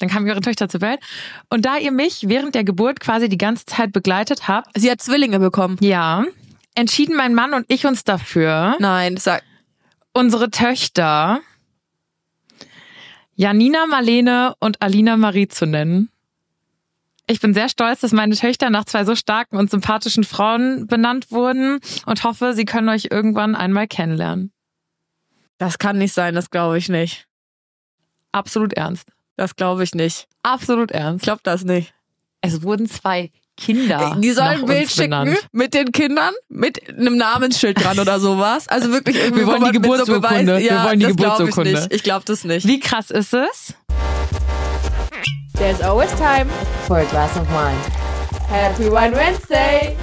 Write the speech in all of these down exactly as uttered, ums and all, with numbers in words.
Dann kam ihre Tochter zur Welt. Und da ihr mich während der Geburt quasi die ganze Zeit begleitet habt... Sie hat Zwillinge bekommen. Ja. Entschieden mein Mann und ich uns dafür... Nein, sag... unsere Töchter Janina Marlene und Alina Marie zu nennen. Ich bin sehr stolz, dass meine Töchter nach zwei so starken und sympathischen Frauen benannt wurden und hoffe, sie können euch irgendwann einmal kennenlernen. Das kann nicht sein, das glaube ich nicht. Absolut ernst. Das glaube ich nicht. Absolut ernst. Ich glaube das nicht. Es wurden zwei Kinder. Die sollen nach ein Bild uns schicken benannt. mit den Kindern, mit einem Namensschild dran oder sowas. Also wirklich irgendwie. Wir wollen wo die man mit so Geburtsurkunde. Beweis- Wir ja, wollen die das glaub Geburtsurkunde. Ich, nicht. ich glaube das nicht. Wie krass ist es? There's always time for a glass of wine. Happy Wine Wednesday!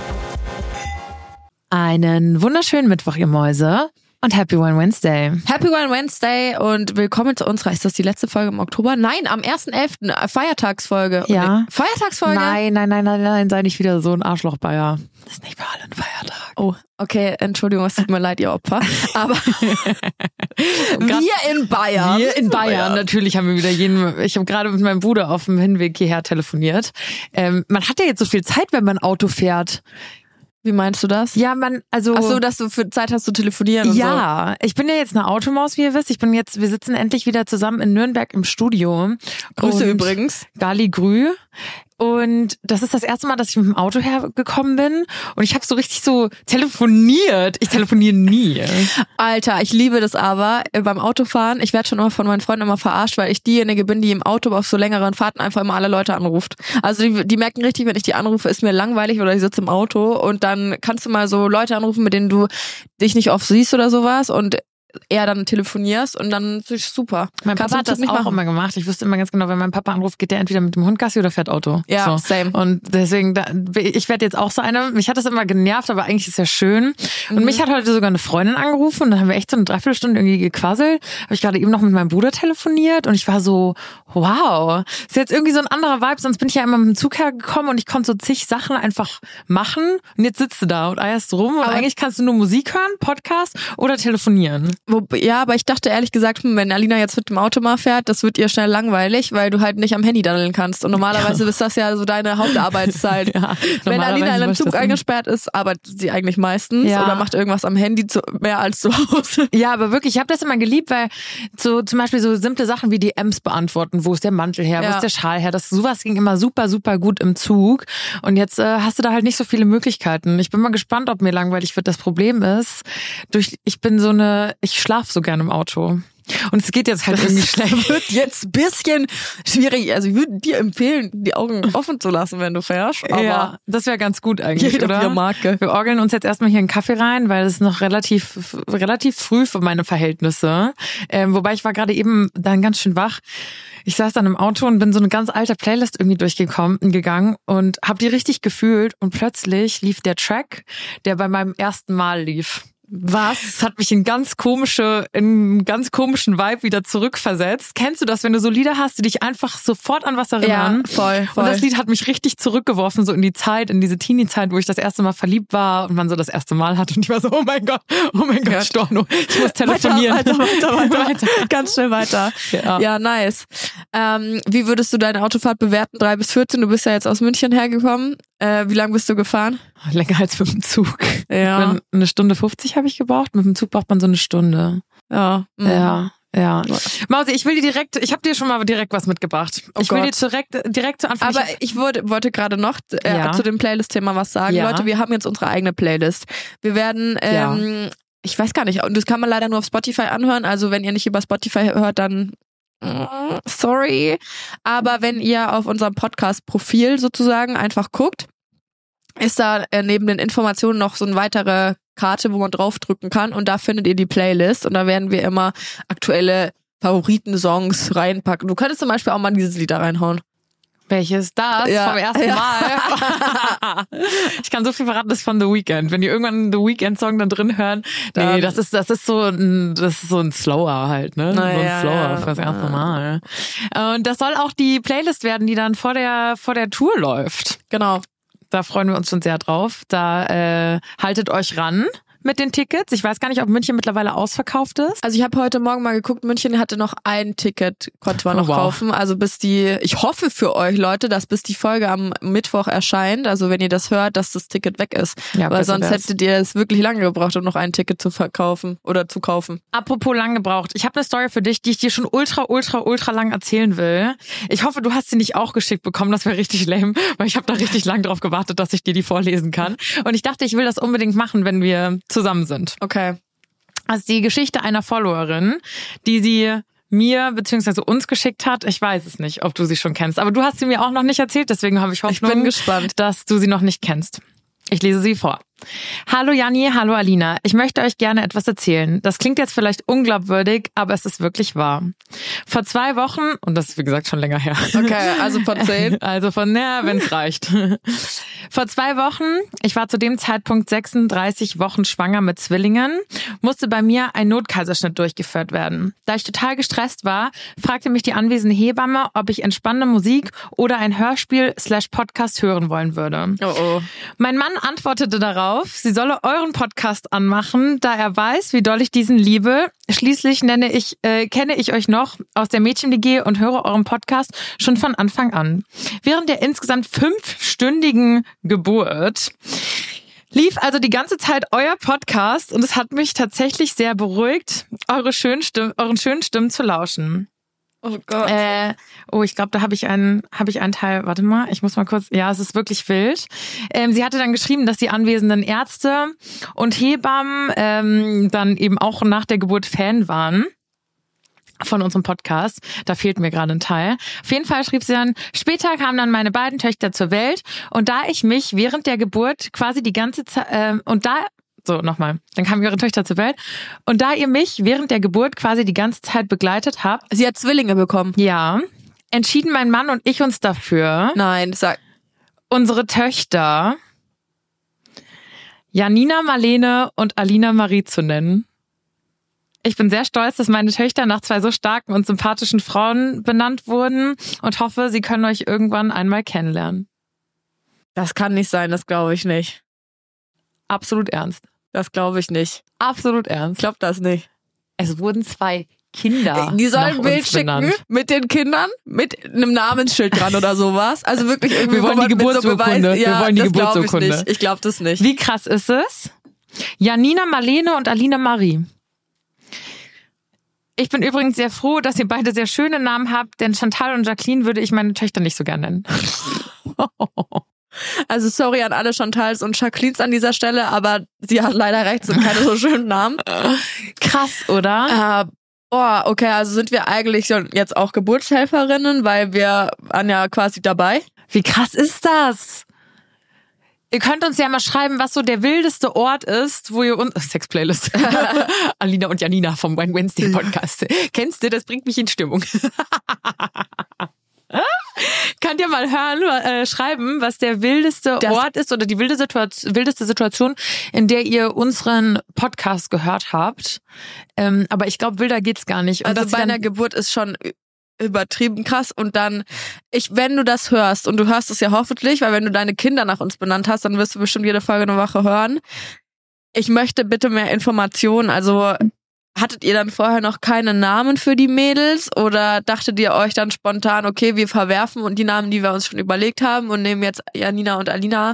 Einen wunderschönen Mittwoch, ihr Mäuse. Und Happy Wine Wednesday. Happy Wine Wednesday und willkommen zu unserer, ist das die letzte Folge im Oktober? Nein, am ersten elften Feiertagsfolge. Ja. Feiertagsfolge? Nein, nein, nein, nein, nein, sei nicht wieder so ein Arschloch, Bayer. Das ist nicht für alle ein Feiertag. Oh, okay, Entschuldigung, es tut mir leid, ihr Opfer. Aber wir in Bayern. Wir in Bayern, natürlich haben wir wieder jeden, ich habe gerade mit meinem Bruder auf dem Hinweg hierher telefoniert. Ähm, man hat ja jetzt so viel Zeit, wenn man Auto fährt. Wie meinst du das? Ja, man, also... Ach so, dass du für Zeit hast zu telefonieren und so. Ja, ich bin ja jetzt eine Automaus, wie ihr wisst. Ich bin jetzt, wir sitzen endlich wieder zusammen in Nürnberg im Studio. Grüße und übrigens. Gali Grü. Und das ist das erste Mal, dass ich mit dem Auto hergekommen bin. Und ich habe so richtig so telefoniert. Ich telefoniere nie. Alter, ich liebe das aber äh, beim Autofahren. Ich werde schon immer von meinen Freunden immer verarscht, weil ich diejenige bin, die im Auto auf so längeren Fahrten einfach immer alle Leute anruft. Also die, die merken richtig, wenn ich die anrufe, ist mir langweilig oder ich sitze im Auto und dann kannst du mal so Leute anrufen, mit denen du dich nicht oft siehst oder sowas und eher dann telefonierst und dann ist super. Mein Kannst Papa hat du das nicht auch machen. immer gemacht. Ich wusste immer ganz genau, wenn mein Papa anruft, geht der entweder mit dem Hund Gassi oder fährt Auto. Ja, so. same. Und deswegen, da, ich werde jetzt auch so eine, mich hat das immer genervt, aber eigentlich ist es ja schön. Und Mhm. mich hat heute sogar eine Freundin angerufen und dann haben wir echt so eine Dreiviertelstunde irgendwie gequasselt. Habe ich gerade eben noch mit meinem Bruder telefoniert und ich war so, wow, ist jetzt irgendwie so ein anderer Vibe, sonst bin ich ja immer mit dem Zug hergekommen und ich konnte so zig Sachen einfach machen und jetzt sitzt du da und eierst rum und Aber eigentlich kannst du nur Musik hören, Podcast oder telefonieren. Wo, ja, aber ich dachte ehrlich gesagt, hm, wenn Alina jetzt mit dem Auto mal fährt, das wird ihr schnell langweilig, weil du halt nicht am Handy daddeln kannst. Und normalerweise ist das ja so deine Hauptarbeitszeit. Ja, wenn Alina in einem normalerweise Zug das eingesperrt ist, arbeitet sie eigentlich meistens Ja. oder macht irgendwas am Handy zu, mehr als zu Hause. Ja, aber wirklich, ich habe das immer geliebt, weil so zum Beispiel so simple Sachen wie D Ms beantworten, wo ist der Mantel her, wo Ja. ist der Schal her, das sowas ging immer super, super gut im Zug. Und jetzt äh, hast du da halt nicht so viele Möglichkeiten. Ich bin mal gespannt, ob mir langweilig wird. Das Problem ist, durch ich bin so eine, ich schlafe so gerne im Auto. Und es geht jetzt halt irgendwie schlecht. Wird jetzt ein bisschen schwierig. Also ich würde dir empfehlen, die Augen offen zu lassen, wenn du fährst. Aber Ja, das wäre ganz gut eigentlich, jeder oder? wie er mag. Gell? Wir orgeln uns jetzt erstmal hier einen Kaffee rein, weil es ist noch relativ relativ früh für meine Verhältnisse. Ähm, wobei ich war gerade eben dann ganz schön wach. Ich saß dann im Auto und bin so eine ganz alte Playlist irgendwie durchgekommen gegangen und habe die richtig gefühlt und plötzlich lief der Track, der bei meinem ersten Mal lief. Was? Das hat mich in ganz komische, in einen ganz komischen Vibe wieder zurückversetzt. Kennst du das, wenn du so Lieder hast, die dich einfach sofort an was erinnern? Ja, voll, voll. Und das Lied hat mich richtig zurückgeworfen, so in die Zeit, in diese Teenie-Zeit, wo ich das erste Mal verliebt war und man so das erste Mal hat und ich war so, oh mein Gott, oh mein Gott, Storno, ich muss telefonieren. Weiter, weiter, weiter, weiter. Ganz schnell weiter. Ja. Ja, nice. Ähm, wie würdest du deine Autofahrt bewerten? drei bis vierzehn, du bist ja jetzt aus München hergekommen. Äh, wie lange bist du gefahren? Länger als mit dem Zug. Ja. Eine Stunde fünfzig habe ich gebraucht. Mit dem Zug braucht man so eine Stunde. Ja. Mhm. Ja. Ja. Mausi, ich will dir direkt, ich habe dir schon mal direkt was mitgebracht. Oh ich will Gott. dir direkt, direkt zu Anfang. Aber ich wollte, wollte gerade noch äh, Ja. zu dem Playlist-Thema was sagen. Ja. Leute, wir haben jetzt unsere eigene Playlist. Wir werden, ähm, ich weiß gar nicht, und das kann man leider nur auf Spotify anhören. Also wenn ihr nicht über Spotify hört, dann mm, sorry. Aber wenn ihr auf unserem Podcast-Profil sozusagen einfach guckt, ist da äh, neben den Informationen noch so eine weitere Karte, wo man draufdrücken kann und da findet ihr die Playlist und da werden wir immer aktuelle Favoriten-Songs reinpacken. Du könntest zum Beispiel auch mal dieses Lied da reinhauen. Welches? Das? Ja. Vom ersten Ja. Mal? Ich kann so viel verraten, das ist von The Weeknd. Wenn die irgendwann einen The Weeknd-Song dann drin hören, Dann- nee, das ist, das ist so ein, das ist so ein Slower halt, ne? Na so ein ja, Slower ja. für das erste Mal. Und das soll auch die Playlist werden, die dann vor der, vor der Tour läuft. Genau. Da freuen wir uns schon sehr drauf. Da äh, haltet euch ran, mit den Tickets. Ich weiß gar nicht, ob München mittlerweile ausverkauft ist. Also ich habe heute Morgen mal geguckt, München hatte noch ein Ticket, konnte man Oh, noch wow. kaufen. Also bis die, ich hoffe für euch Leute, dass bis die Folge am Mittwoch erscheint, also wenn ihr das hört, dass das Ticket weg ist. Ja, Weil besser sonst wär's. hättet ihr es wirklich lange gebraucht, um noch ein Ticket zu verkaufen oder zu kaufen. Apropos lang gebraucht. Ich habe eine Story für dich, die ich dir schon ultra, ultra, ultra lang erzählen will. Ich hoffe, du hast sie nicht auch geschickt bekommen. Das wäre richtig lame, weil ich habe da richtig lang drauf gewartet, dass ich dir die vorlesen kann. Und ich dachte, ich will das unbedingt machen, wenn wir zusammen sind. Okay. Also die Geschichte einer Followerin, die sie mir bzw. uns geschickt hat. Ich weiß es nicht, ob du sie schon kennst. Aber du hast sie mir auch noch nicht erzählt, deswegen habe ich Hoffnung, Ich bin gespannt. dass du sie noch nicht kennst. Ich lese sie vor. Hallo Janni, hallo Alina. Ich möchte euch gerne etwas erzählen. Das klingt jetzt vielleicht unglaubwürdig, aber es ist wirklich wahr. Vor zwei Wochen, und das ist wie gesagt schon länger her. Okay, also von zehn. Also von, naja, wenn es reicht. Vor zwei Wochen, ich war zu dem Zeitpunkt sechsunddreißig Wochen schwanger mit Zwillingen, musste bei mir ein Notkaiserschnitt durchgeführt werden. Da ich total gestresst war, fragte mich die anwesende Hebamme, ob ich entspannende Musik oder ein Hörspiel slash Podcast hören wollen würde. Oh oh. Mein Mann antwortete darauf, sie solle euren Podcast anmachen, da er weiß, wie doll ich diesen liebe. Schließlich nenne ich, äh, kenne ich euch noch aus der Mädchen-W G und höre euren Podcast schon von Anfang an. Während der insgesamt fünfstündigen Geburt lief also die ganze Zeit euer Podcast und es hat mich tatsächlich sehr beruhigt, eure schönen Stimmen, euren schönen Stimmen zu lauschen. Oh Gott. Äh, oh, ich glaube, da habe ich einen, habe ich einen Teil. Warte mal, ich muss mal kurz. Ja, es ist wirklich wild. Ähm, sie hatte dann geschrieben, dass die anwesenden Ärzte und Hebammen ähm, dann eben auch nach der Geburt Fan waren von unserem Podcast. Da fehlt mir gerade ein Teil. Auf jeden Fall schrieb sie dann, später kamen dann meine beiden Töchter zur Welt und da ich mich während der Geburt quasi die ganze Zeit äh, und da So, nochmal. Dann kamen ihre Töchter zur Welt. Und da ihr mich während der Geburt quasi die ganze Zeit begleitet habt, Sie hat Zwillinge bekommen. ja, entschieden mein Mann und ich uns dafür, Nein, sag. unsere Töchter Janina Marlene und Alina Marie zu nennen. Ich bin sehr stolz, dass meine Töchter nach zwei so starken und sympathischen Frauen benannt wurden und hoffe, sie können euch irgendwann einmal kennenlernen. Das kann nicht sein, das glaube ich nicht. Absolut ernst. Das glaube ich nicht. Absolut Ich ernst. glaube das nicht. Es wurden zwei Kinder Die sollen nach ein uns Bild schicken benannt. mit den Kindern, mit einem Namensschild dran oder sowas. Also wirklich irgendwie. Wir wollen wo man die mit so Geburtsurkunde. Beweis- Wir ja, wollen die das glaub Geburtsurkunde. Ich nicht. Ich glaube das nicht. Wie krass ist es? Janina Marlene und Alina Marie. Ich bin übrigens sehr froh, dass ihr beide sehr schöne Namen habt, denn Chantal und Jacqueline würde ich meine Töchter nicht so gern nennen. Also sorry an alle Chantals und Jacquelines an dieser Stelle, aber sie hat leider recht, sind keine so schönen Namen. Krass, oder? Äh, boah, okay, also sind wir eigentlich schon jetzt auch Geburtshelferinnen, weil wir waren ja quasi dabei. Wie krass ist das? Ihr könnt uns ja mal schreiben, was so der wildeste Ort ist, wo ihr uns... Sex-Playlist. Alina und Janina vom Wine Wednesday Podcast. Kennst du? Das bringt mich in Stimmung. Könnt ihr mal hören, äh, schreiben, was der wildeste Das- Ort ist oder die wilde Situation, wildeste Situation, in der ihr unseren Podcast gehört habt. Ähm, aber ich glaube, wilder geht's gar nicht. Und Also dass bei sie dann- einer Geburt ist schon ü- übertrieben krass und dann, ich, wenn du das hörst und du hörst es ja hoffentlich, weil wenn du deine Kinder nach uns benannt hast, dann wirst du bestimmt jede Folge eine Woche hören. Ich möchte bitte mehr Informationen, also hattet ihr dann vorher noch keine Namen für die Mädels oder dachtet ihr euch dann spontan, okay, wir verwerfen und die Namen, die wir uns schon überlegt haben und nehmen jetzt Janina und Alina?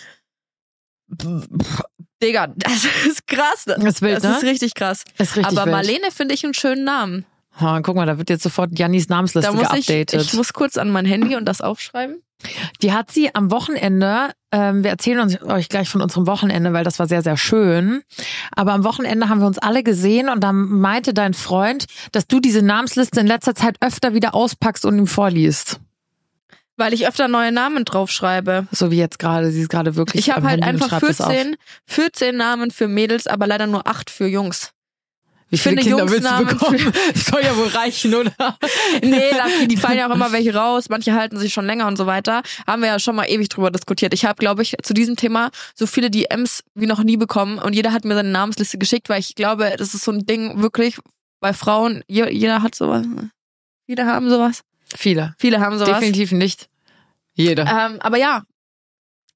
Pff, Digga, das ist krass. Das, Das ist wild, das ne? ist richtig krass. ist richtig Aber wild. Marlene finde ich einen schönen Namen. Ha, guck mal, da wird jetzt sofort Jannis Namensliste Da muss ich, geupdatet. ich muss kurz an mein Handy und das aufschreiben. Die hat sie am Wochenende, ähm, wir erzählen uns, euch gleich von unserem Wochenende, weil das war sehr, sehr schön. Aber am Wochenende haben wir uns alle gesehen und dann meinte dein Freund, dass du diese Namensliste in letzter Zeit öfter wieder auspackst und ihm vorliest. Weil ich öfter neue Namen draufschreibe. So wie jetzt gerade, sie ist gerade wirklich Ich habe am halt Handy und einfach schreibt das auf. vierzehn, vierzehn Namen für Mädels, aber leider nur acht für Jungs. Wie viele finde Kinder willst du Jungsnamen bekommen? Das soll ja wohl reichen, oder? Nee, da- die fallen ja auch immer welche raus, manche halten sich schon länger und so weiter. Haben wir ja schon mal ewig drüber diskutiert. Ich habe, glaube ich, zu diesem Thema so viele D Ms wie noch nie bekommen und jeder hat mir seine Namensliste geschickt, weil ich glaube, das ist so ein Ding wirklich bei Frauen, je- jeder hat sowas. Viele haben sowas. Viele. Viele haben sowas. Definitiv nicht. Jeder. Ähm, aber ja,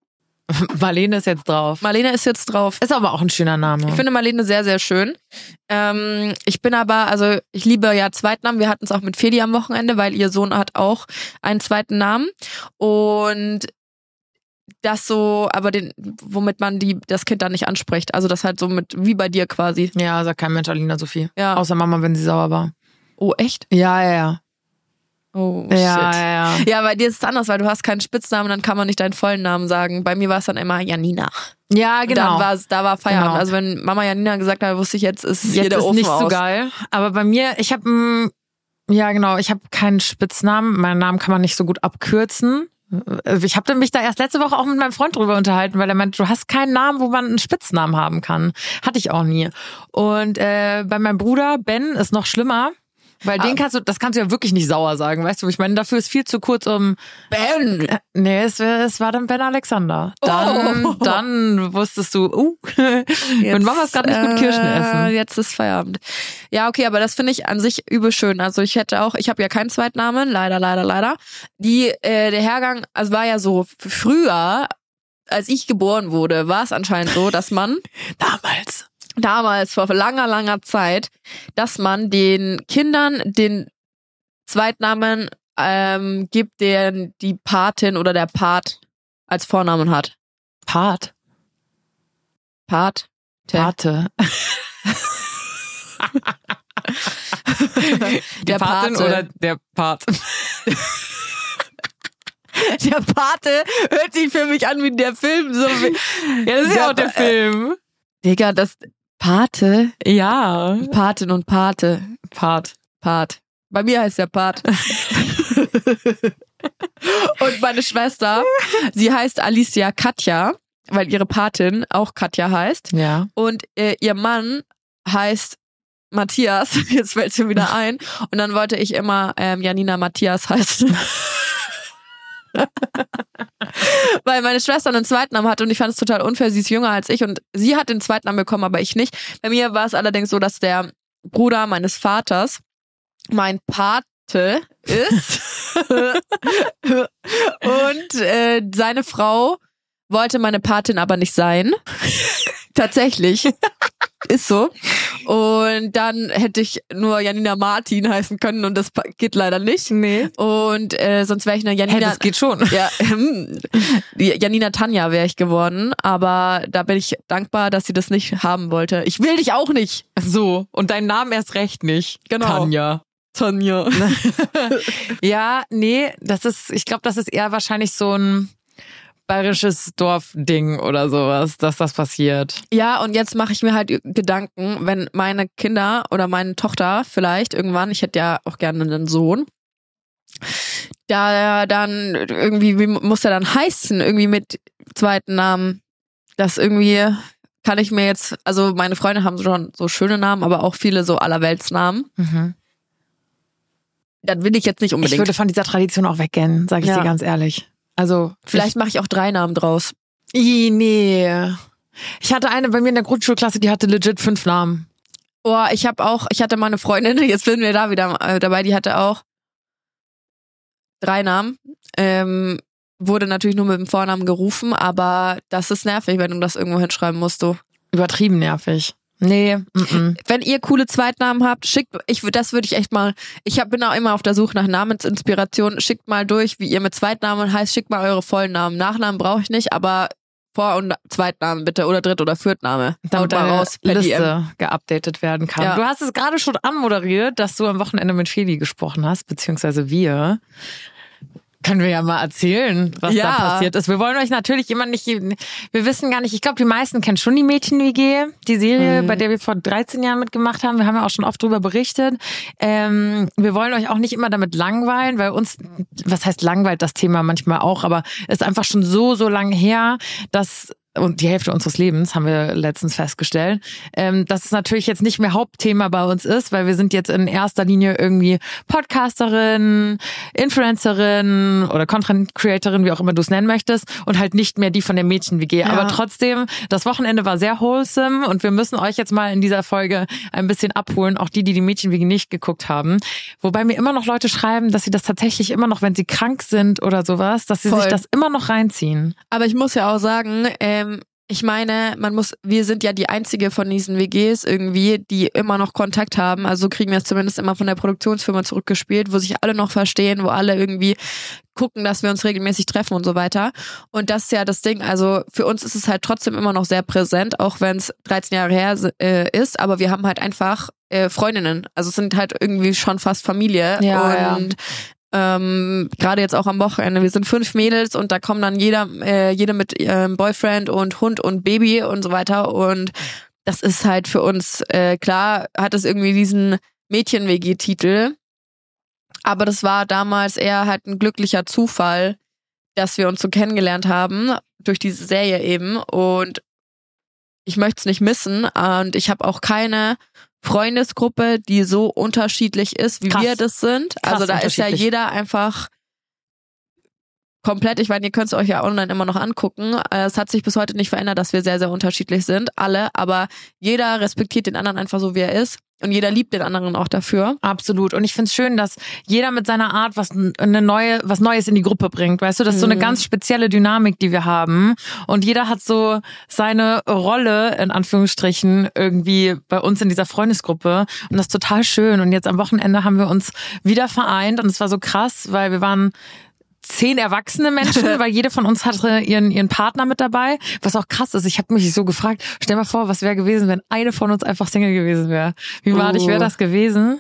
Marlene ist jetzt drauf. Marlene ist jetzt drauf. Ist aber auch ein schöner Name. Ich finde Marlene sehr, sehr schön. Ähm, ich bin aber, also ich liebe ja Zweitnamen. Wir hatten es auch mit Feli am Wochenende, weil ihr Sohn hat auch einen zweiten Namen. Und das so, aber den, womit man die, das Kind dann nicht anspricht. Also das halt so mit, wie bei dir quasi. Ja, sagt kein Mensch Alina Sophie. Ja. Außer Mama, wenn sie sauer war. Oh, echt? Ja, ja, ja. Oh, ja, shit. Ja, ja. Ja, bei dir ist es anders, weil du hast keinen Spitznamen, dann kann man nicht deinen vollen Namen sagen. Bei mir war es dann immer Janina. Ja, genau. Und dann war, da war Feierabend. Genau. Also wenn Mama Janina gesagt hat, wusste ich, jetzt ist Jetzt hier der ist Ofen nicht aus. so geil. Aber bei mir, ich habe, ja genau, ich habe keinen Spitznamen. Meinen Namen kann man nicht so gut abkürzen. Ich habe mich da erst letzte Woche auch mit meinem Freund drüber unterhalten, weil er meinte, du hast keinen Namen, wo man einen Spitznamen haben kann. Hatte ich auch nie. Und äh, bei meinem Bruder Ben ist noch schlimmer. Weil den kannst du, das kannst du ja wirklich nicht sauer sagen, weißt du? Ich meine, dafür ist viel zu kurz, um Ben! Äh, nee, es, es war dann Ben Alexander. Dann, oh. dann wusstest du, uh, mit Mama ist gerade nicht gut Kirschen essen. Äh, jetzt ist Feierabend. Ja, okay, aber das finde ich an sich übel schön. Also ich hätte auch, ich habe ja keinen Zweitnamen, leider, leider, leider. Die, äh, der Hergang, also war ja so früher, als ich geboren wurde, war es anscheinend so, dass man damals damals vor langer, langer Zeit, dass man den Kindern den Zweitnamen ähm, gibt, der die Patin oder der Pat als Vornamen hat. Pat? Pat? Pate. Die der Patin Pate. oder der Pat? Der Pate hört sich für mich an wie der Film. So wie, ja, das ist ja auch der Film. Digga, das Pate? Ja. Patin und Pate. Pat. Pat. Bei mir heißt der Pat. Und meine Schwester, sie heißt Alicia Katja, weil ihre Patin auch Katja heißt. Ja. Und äh, ihr Mann heißt Matthias. Jetzt fällt es mir wieder ein. Und dann wollte ich immer ähm, Janina Matthias heißen. Weil meine Schwester einen Zweitnamen hatte und ich fand es total unfair, sie ist jünger als ich und sie hat den Zweitnamen bekommen, aber ich nicht. Bei mir war es allerdings so, dass der Bruder meines Vaters mein Pate ist und äh, seine Frau wollte meine Patin aber nicht sein. Tatsächlich. Ist so. Und dann hätte ich nur Janina Martin heißen können und das geht leider nicht. Nee. Und äh, sonst wäre ich eine Janina... Hey, das geht schon. Ja, ähm, Janina Tanja wäre ich geworden, aber da bin ich dankbar, dass sie das nicht haben wollte. Ich will dich auch nicht. So, und deinen Namen erst recht nicht. Genau. Tanja. Tanja. Ja, nee, das ist, ich glaube, das ist eher wahrscheinlich so ein bayerisches Dorfding oder sowas, dass das passiert. Ja, und jetzt mache ich mir halt Gedanken, wenn meine Kinder oder meine Tochter vielleicht irgendwann, ich hätte ja auch gerne einen Sohn, da dann irgendwie, wie muss der dann heißen, irgendwie mit zweiten Namen, das irgendwie kann ich mir jetzt, also meine Freunde haben schon so schöne Namen, aber auch viele so Allerweltsnamen. Mhm. Das will ich jetzt nicht unbedingt. Ich würde von dieser Tradition auch weggehen, sage ich Ja. dir ganz ehrlich. Also Vielleicht mache ich auch drei Namen draus. I, nee. Ich hatte eine bei mir in der Grundschulklasse, die hatte legit fünf Namen. Oh, ich habe auch, ich hatte mal eine Freundin, jetzt sind wir da wieder äh, dabei, die hatte auch drei Namen. Ähm, wurde natürlich nur mit dem Vornamen gerufen, aber das ist nervig, wenn du das irgendwo hinschreiben musst, du. Übertrieben nervig. Nee, mm-mm. Wenn ihr coole Zweitnamen habt, schickt, ich das würde ich echt mal, ich hab, bin auch immer auf der Suche nach Namensinspiration, schickt mal durch, wie ihr mit Zweitnamen heißt, schickt mal eure vollen Namen. Nachnamen brauche ich nicht, aber Vor- und Zweitnamen bitte oder Dritt- oder Viertname. Damit Haut mal deine raus per D M. Liste geupdatet werden kann. Ja. Du hast es gerade schon anmoderiert, dass du am Wochenende mit Feli gesprochen hast, beziehungsweise wir. Können wir ja mal erzählen, was Ja. da passiert ist. Wir wollen euch natürlich immer nicht, wir wissen gar nicht, ich glaube, die meisten kennen schon die Mädchen-W G, die Serie, Mhm. bei der wir vor dreizehn Jahren mitgemacht haben. Wir haben ja auch schon oft drüber berichtet. Ähm, wir wollen euch auch nicht immer damit langweilen, weil uns, was heißt langweilt das Thema manchmal auch, aber es ist einfach schon so, so lang her, dass und die Hälfte unseres Lebens, haben wir letztens festgestellt, ähm, dass es natürlich jetzt nicht mehr Hauptthema bei uns ist, weil wir sind jetzt in erster Linie irgendwie Podcasterin, Influencerin oder Content Creatorin, wie auch immer du es nennen möchtest, und halt nicht mehr die von der Mädchen-W G. Ja. Aber trotzdem, das Wochenende war sehr wholesome und wir müssen euch jetzt mal in dieser Folge ein bisschen abholen, auch die, die die Mädchen-W G nicht geguckt haben. Wobei mir immer noch Leute schreiben, dass sie das tatsächlich immer noch, wenn sie krank sind oder sowas, dass sie Voll. sich das immer noch reinziehen. Aber ich muss ja auch sagen, ähm, ich meine, man muss, wir sind ja die einzige von diesen W Gs irgendwie, die immer noch Kontakt haben. Also so kriegen wir es zumindest immer von der Produktionsfirma zurückgespielt, wo sich alle noch verstehen, wo alle irgendwie gucken, dass wir uns regelmäßig treffen und so weiter. Und das ist ja das Ding. Also für uns ist es halt trotzdem immer noch sehr präsent, auch wenn es dreizehn Jahre her äh, ist. Aber wir haben halt einfach äh, Freundinnen. Also es sind halt irgendwie schon fast Familie. Ja, und ja. Ähm, gerade jetzt auch am Wochenende. Wir sind fünf Mädels und da kommen dann jeder, äh, jede mit ihrem Boyfriend und Hund und Baby und so weiter. Und das ist halt für uns, äh, klar, hat es irgendwie diesen Mädchen-W G-Titel. Aber das war damals eher halt ein glücklicher Zufall, dass wir uns so kennengelernt haben, durch diese Serie eben. Und ich möchte es nicht missen. Und ich habe auch keine Freundesgruppe, die so unterschiedlich ist, wie Krass. wir das sind. Krass also da ist ja jeder einfach komplett, ich meine, ihr könnt es euch ja online immer noch angucken. Es hat sich bis heute nicht verändert, dass wir sehr, sehr unterschiedlich sind, alle, aber jeder respektiert den anderen einfach so, wie er ist. Und jeder liebt den anderen auch dafür. Absolut. Und ich find's schön, dass jeder mit seiner Art was eine neue, was Neues in die Gruppe bringt. Weißt du, das ist so eine ganz spezielle Dynamik, die wir haben. Und jeder hat so seine Rolle, in Anführungsstrichen, irgendwie bei uns in dieser Freundesgruppe. Und das ist total schön. Und jetzt am Wochenende haben wir uns wieder vereint. Und es war so krass, weil wir waren zehn erwachsene Menschen, weil jede von uns hatte ihren ihren Partner mit dabei. Was auch krass ist, ich habe mich so gefragt, stell mal vor, was wäre gewesen, wenn eine von uns einfach Single gewesen wäre. Wie madig wäre das gewesen?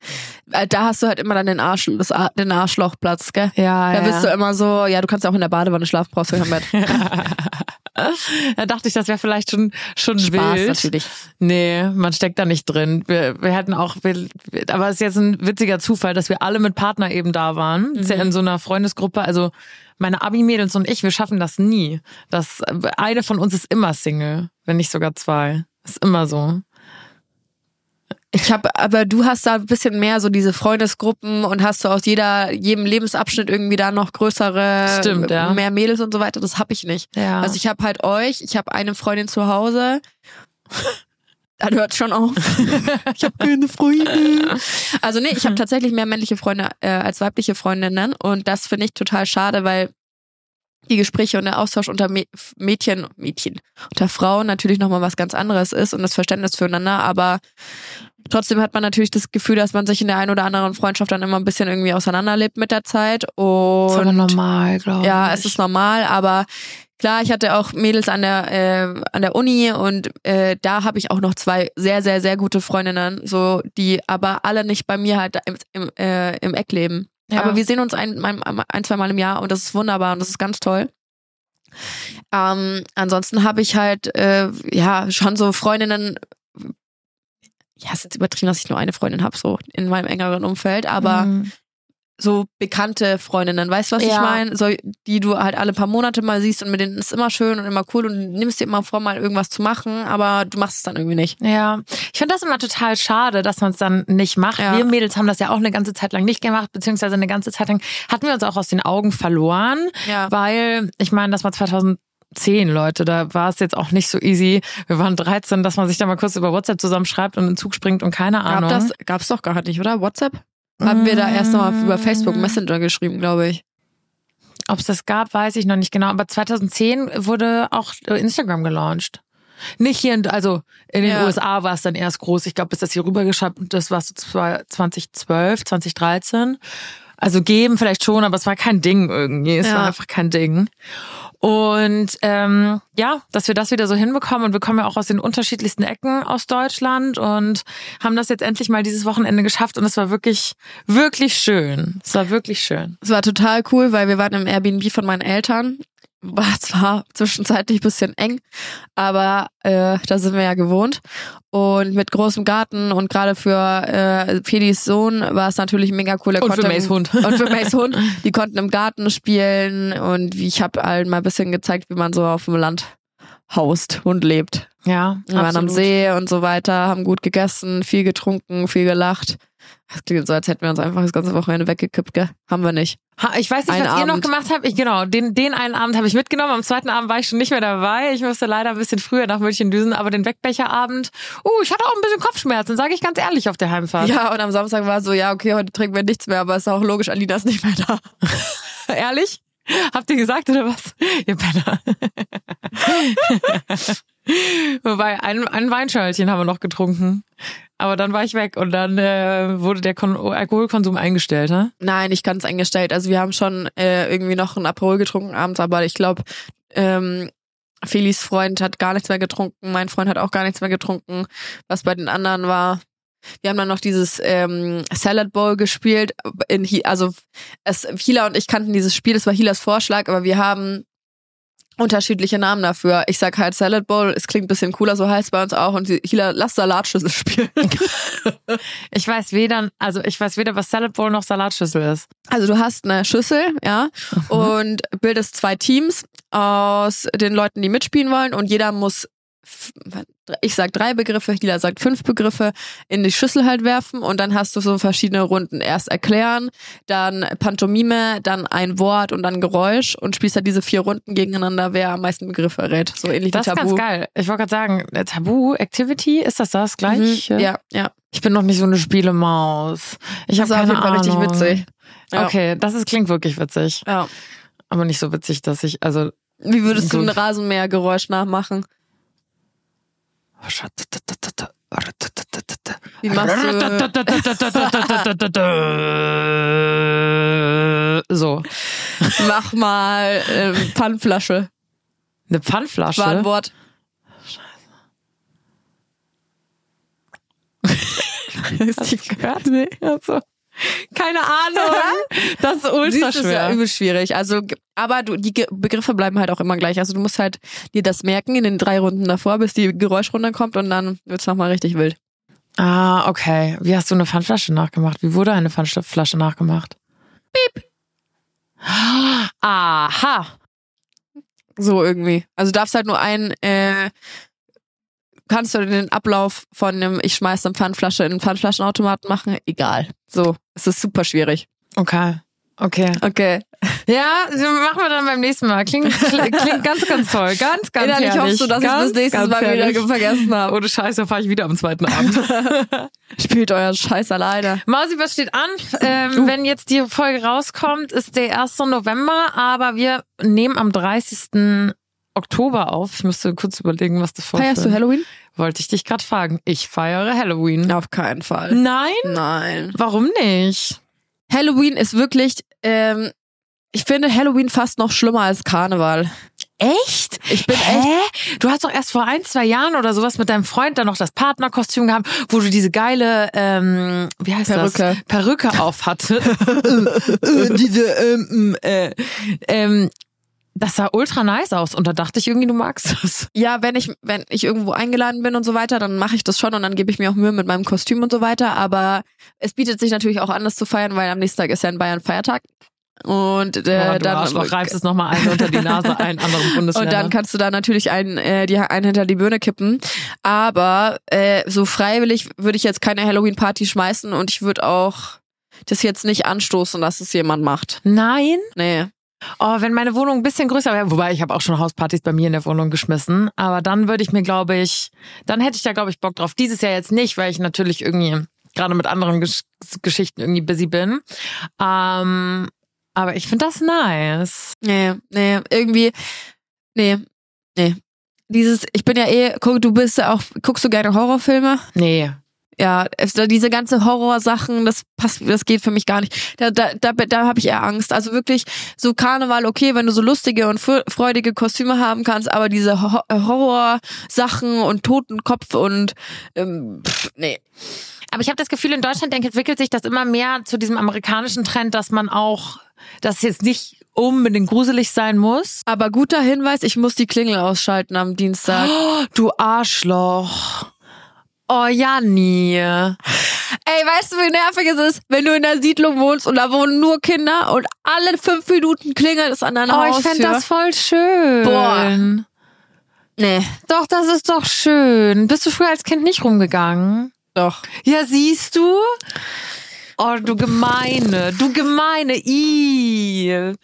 Da hast du halt immer dann den Arsch, das, den Arschlochplatz, gell? Ja, Da ja. bist du immer so, ja, du kannst auch in der Badewanne schlafen, brauchst du kein Bett. Da dachte ich, das wäre vielleicht schon schon Spaß, wild. natürlich. Nee, man steckt da nicht drin. Wir, wir hätten auch, wir, aber es ist jetzt ein witziger Zufall, dass wir alle mit Partner eben da waren. Mhm. Ist ja in so einer Freundesgruppe, also meine Abi-Mädels und ich, wir schaffen das nie. Das, eine von uns ist immer Single, wenn nicht sogar zwei. Ist immer so. Ich habe, aber du hast da ein bisschen mehr so diese Freundesgruppen und hast du aus jeder, jedem Lebensabschnitt irgendwie da noch größere, Stimmt, ja. mehr Mädels und so weiter. Das habe ich nicht. Ja. Also ich habe halt euch, ich habe eine Freundin zu Hause. Dann hört schon auf. Ich habe keine Freunde. Also nee, ich habe tatsächlich mehr männliche Freunde äh, als weibliche Freundinnen und das finde ich total schade, weil die Gespräche und der Austausch unter Mädchen, Mädchen, unter Frauen natürlich nochmal was ganz anderes ist und das Verständnis füreinander, aber trotzdem hat man natürlich das Gefühl, dass man sich in der einen oder anderen Freundschaft dann immer ein bisschen irgendwie auseinanderlebt mit der Zeit. Und das ist aber normal, glaube ich. Ja, es ist normal, aber klar, ich hatte auch Mädels an der äh, an der Uni und äh, da habe ich auch noch zwei sehr, sehr, sehr gute Freundinnen, so die aber alle nicht bei mir halt im, im, äh, im Eck leben. Ja. Aber wir sehen uns ein, ein, ein, zwei Mal im Jahr und das ist wunderbar und das ist ganz toll. Ähm, ansonsten habe ich halt äh, ja schon so Freundinnen. Ja, es ist jetzt übertrieben, dass ich nur eine Freundin habe, so in meinem engeren Umfeld, aber mhm. so bekannte Freundinnen, weißt du, was ja. ich meine? So, die du halt alle paar Monate mal siehst und mit denen ist immer schön und immer cool und du nimmst dir immer vor, mal irgendwas zu machen, aber du machst es dann irgendwie nicht. Ja, ich finde das immer total schade, dass man es dann nicht macht. Ja. Wir Mädels haben das ja auch eine ganze Zeit lang nicht gemacht, beziehungsweise eine ganze Zeit lang hatten wir uns auch aus den Augen verloren, ja. weil, ich meine, das war zweitausendzehn, Leute, da war es jetzt auch nicht so easy. Wir waren dreizehn, dass man sich da mal kurz über WhatsApp zusammenschreibt und in den Zug springt und keine Ahnung. Gab das, gab's doch gar nicht, oder? WhatsApp? Haben wir da erst nochmal über Facebook Messenger geschrieben, glaube ich. Ob es das gab, weiß ich noch nicht genau. Aber zweitausendzehn wurde auch Instagram gelauncht. Nicht hier, in, also in den ja. U S A war es dann erst groß. Ich glaube, bis das hier rübergeschafft, das war so zweitausendzwölf, zweitausenddreizehn. Also geben vielleicht schon, aber es war kein Ding irgendwie. Es ja. war einfach kein Ding. Und ähm, ja, dass wir das wieder so hinbekommen und wir kommen ja auch aus den unterschiedlichsten Ecken aus Deutschland und haben das jetzt endlich mal dieses Wochenende geschafft und es war wirklich, wirklich schön. Es war wirklich schön. Es war total cool, weil wir waren im Airbnb von meinen Eltern. War zwar zwischenzeitlich ein bisschen eng, aber äh, da sind wir ja gewohnt. Und mit großem Garten und gerade für äh, Fedis Sohn war es natürlich mega cool. Und für Mays Hund. Und für Mays Hund. Die konnten im Garten spielen und ich habe allen mal ein bisschen gezeigt, wie man so auf dem Land haust und lebt. Ja, Wir waren am absolut. See und so weiter, haben gut gegessen, viel getrunken, viel gelacht. Das klingt so, als hätten wir uns einfach das ganze Wochenende weggekippt, gell? Haben wir nicht. Ha, ich weiß nicht, Einen was ihr noch Abend. gemacht habt. Ich, genau, den, den einen Abend habe ich mitgenommen. Am zweiten Abend war ich schon nicht mehr dabei. Ich musste leider ein bisschen früher nach München düsen. Aber den Wegbecherabend, uh, ich hatte auch ein bisschen Kopfschmerzen, sage ich ganz ehrlich, auf der Heimfahrt. Ja, und am Samstag war so, ja, okay, heute trinken wir nichts mehr, aber ist auch logisch, Alina ist nicht mehr da. Ehrlich? Habt ihr gesagt oder was? Ihr Penner. Wobei, ein, ein Weinschörlchen haben wir noch getrunken. Aber dann war ich weg und dann äh, wurde der Kon- Alkoholkonsum eingestellt, ne? Nein, ich kann es eingestellt. Also wir haben schon äh, irgendwie noch ein Aperol getrunken abends, aber ich glaube, ähm, Felis Freund hat gar nichts mehr getrunken, mein Freund hat auch gar nichts mehr getrunken, was bei den anderen war. Wir haben dann noch dieses ähm, Salad Bowl gespielt. In Hi- also es, Hila und ich kannten dieses Spiel, das war Hilas Vorschlag, aber wir haben unterschiedliche Namen dafür. Ich sag halt Salad Bowl, es klingt ein bisschen cooler, so heißt es bei uns auch. Und die- Hila, lass Salatschüssel spielen. Ich weiß weder, also ich weiß weder, was Salad Bowl noch Salatschüssel ist. Also du hast eine Schüssel, ja, und bildest zwei Teams aus den Leuten, die mitspielen wollen, und jeder muss, f- ich sag drei Begriffe, Hila sagt fünf Begriffe, in die Schüssel halt werfen, und dann hast du so verschiedene Runden. Erst erklären, dann Pantomime, dann ein Wort und dann Geräusch, und spielst halt diese vier Runden gegeneinander, wer am meisten Begriffe errät. So ähnlich Das wie ist Tabu. ganz geil. Ich wollte gerade sagen, äh, Tabu, Activity, ist das das gleich? Mhm. Ja, ja. Ich bin noch nicht so eine Spielemaus. Ich Das habe ist auf keine jeden Fall richtig Ahnung. witzig. Ja. Okay, das ist, klingt wirklich witzig. Ja. Aber nicht so witzig, dass ich, also... Wie würdest du Gut. ein Rasenmähergeräusch nachmachen? Wie machst du? So. Mach mal ähm, Pfandflasche. Eine Pfandflasche? War ein Wort. Hast du gehört? Nee, also. Keine Ahnung. Das ist ultra Siehst, das ist ja schwer. übel schwierig. Also, aber du, die Ge- Begriffe bleiben halt auch immer gleich. Also du musst halt dir das merken in den drei Runden davor, bis die Geräuschrunde kommt, und dann wird's nochmal richtig wild. Ah, okay. Wie hast du eine Pfandflasche nachgemacht? Wie wurde eine Pfandflasche nachgemacht? Piep. Aha. So irgendwie. Also du darfst halt nur einen, äh, kannst du den Ablauf von einem ich schmeiß eine Pfandflasche in einen Pfandflaschenautomaten machen? Egal. So, es ist super schwierig. Okay. Okay. Okay. Ja, machen wir dann beim nächsten Mal. Klingt, klingt, klingt ganz, ganz toll. Ganz, ganz Innerlich herrlich. hoffst du, dass ganz, ich das nächste ganz Mal herrlich. wieder vergessen habe. Ohne Scheiße fahre ich wieder am zweiten Abend. Spielt euer Scheiß alleine. Mausi, was steht an? Ähm, wenn jetzt die Folge rauskommt, ist der erste November, aber wir nehmen am dreißigsten Oktober auf. Ich müsste kurz überlegen, was das vorstellt. Feierst du Halloween? Wollte ich dich gerade fragen. Ich feiere Halloween. Auf keinen Fall. Nein? Nein. Warum nicht? Halloween ist wirklich, ähm, ich finde Halloween fast noch schlimmer als Karneval. Echt? Ich bin Hä? echt. Du hast doch erst vor ein, zwei Jahren oder sowas mit deinem Freund dann noch das Partnerkostüm gehabt, wo du diese geile, ähm, wie heißt Perücke. das? Perücke auf hatte. diese, ähm, äh, ähm, das sah ultra nice aus und da dachte ich irgendwie, du magst das. Ja, wenn ich, wenn ich irgendwo eingeladen bin und so weiter, dann mache ich das schon, und dann gebe ich mir auch Mühe mit meinem Kostüm und so weiter. Aber es bietet sich natürlich auch an, das zu feiern, weil am nächsten Tag ist ja in Bayern Feiertag. Und äh, oh, du dann Arschloch, reibst es nochmal ein unter die Nase, ein anderen Bundesländer. Und dann kannst du da natürlich einen, äh, die einen hinter die Birne kippen. Aber äh, so freiwillig würde ich jetzt keine Halloween-Party schmeißen, und ich würde auch das jetzt nicht anstoßen, dass es jemand macht. Nein? Nee. Oh, wenn meine Wohnung ein bisschen größer wäre, wobei ich habe auch schon Hauspartys bei mir in der Wohnung geschmissen, aber dann würde ich mir, glaube ich, dann hätte ich da, glaube ich, Bock drauf. Dieses Jahr jetzt nicht, weil ich natürlich irgendwie gerade mit anderen Gesch- Geschichten irgendwie busy bin. Ähm, aber ich finde das nice. Nee, nee, irgendwie, nee, nee. Dieses, ich bin ja eh, guck, du bist ja auch, guckst du gerne Horrorfilme? Nee. Ja, es, diese ganze Horrorsachen, das passt, das geht für mich gar nicht. Da, da, da, da habe ich eher Angst. Also wirklich so Karneval, okay, wenn du so lustige und freudige Kostüme haben kannst, aber diese Ho- Horrorsachen und Totenkopf und ähm, pff, nee. Aber ich habe das Gefühl, in Deutschland entwickelt sich das immer mehr zu diesem amerikanischen Trend, dass man auch, dass es jetzt nicht unbedingt gruselig sein muss. Aber guter Hinweis, ich muss die Klingel ausschalten am Dienstag. Oh, du Arschloch. Oh, Janni. Ey, weißt du, wie nervig es ist, wenn du in der Siedlung wohnst und da wohnen nur Kinder und alle fünf Minuten klingelt es an deiner Oh, Haustür. ich fände das voll schön. Boah. Nee. Doch, das ist doch schön. Bist du früher als Kind nicht rumgegangen? Doch. Ja, siehst du? Oh, du Gemeine, du Gemeine, i,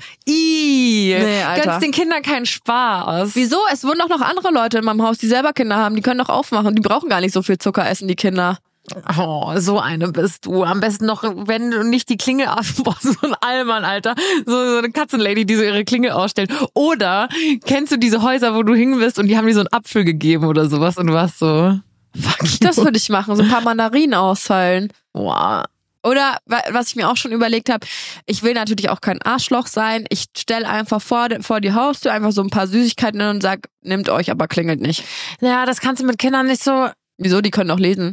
i. Nee, Alter. Gönnst den Kindern keinen Spaß. Wieso? Es wohnen doch noch andere Leute in meinem Haus, die selber Kinder haben. Die können doch aufmachen. Die brauchen gar nicht so viel Zucker essen, die Kinder. Oh, so eine bist du. Am besten noch, wenn du nicht die Klingel aus, boah, so ein Allmann, Alter. So, so eine Katzenlady, die so ihre Klingel ausstellt. Oder kennst du diese Häuser, wo du hin bist und die haben dir so einen Apfel gegeben oder sowas und du warst so, fuck you. Das würde ich machen. So ein paar Mandarinen austeilen. Wow. Oder was ich mir auch schon überlegt habe, ich will natürlich auch kein Arschloch sein. Ich stelle einfach vor, vor die Haustür einfach so ein paar Süßigkeiten und sag, nehmt euch, aber klingelt nicht. Ja, das kannst du mit Kindern nicht so. Wieso? Die können doch lesen.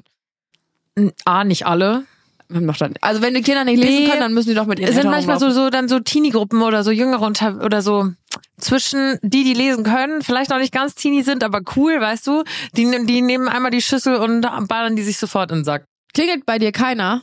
A, nicht alle. Also wenn die Kinder nicht lesen B, können, dann müssen die doch mit ihren Es sind Eltern manchmal so, rumlaufen. so dann so Teenie-Gruppen oder so Jüngere unter, oder so zwischen die, die lesen können, vielleicht noch nicht ganz Teenie sind, aber cool, weißt du? Die, die nehmen einmal die Schüssel und ballern die sich sofort in den Sack. Klingelt bei dir keiner?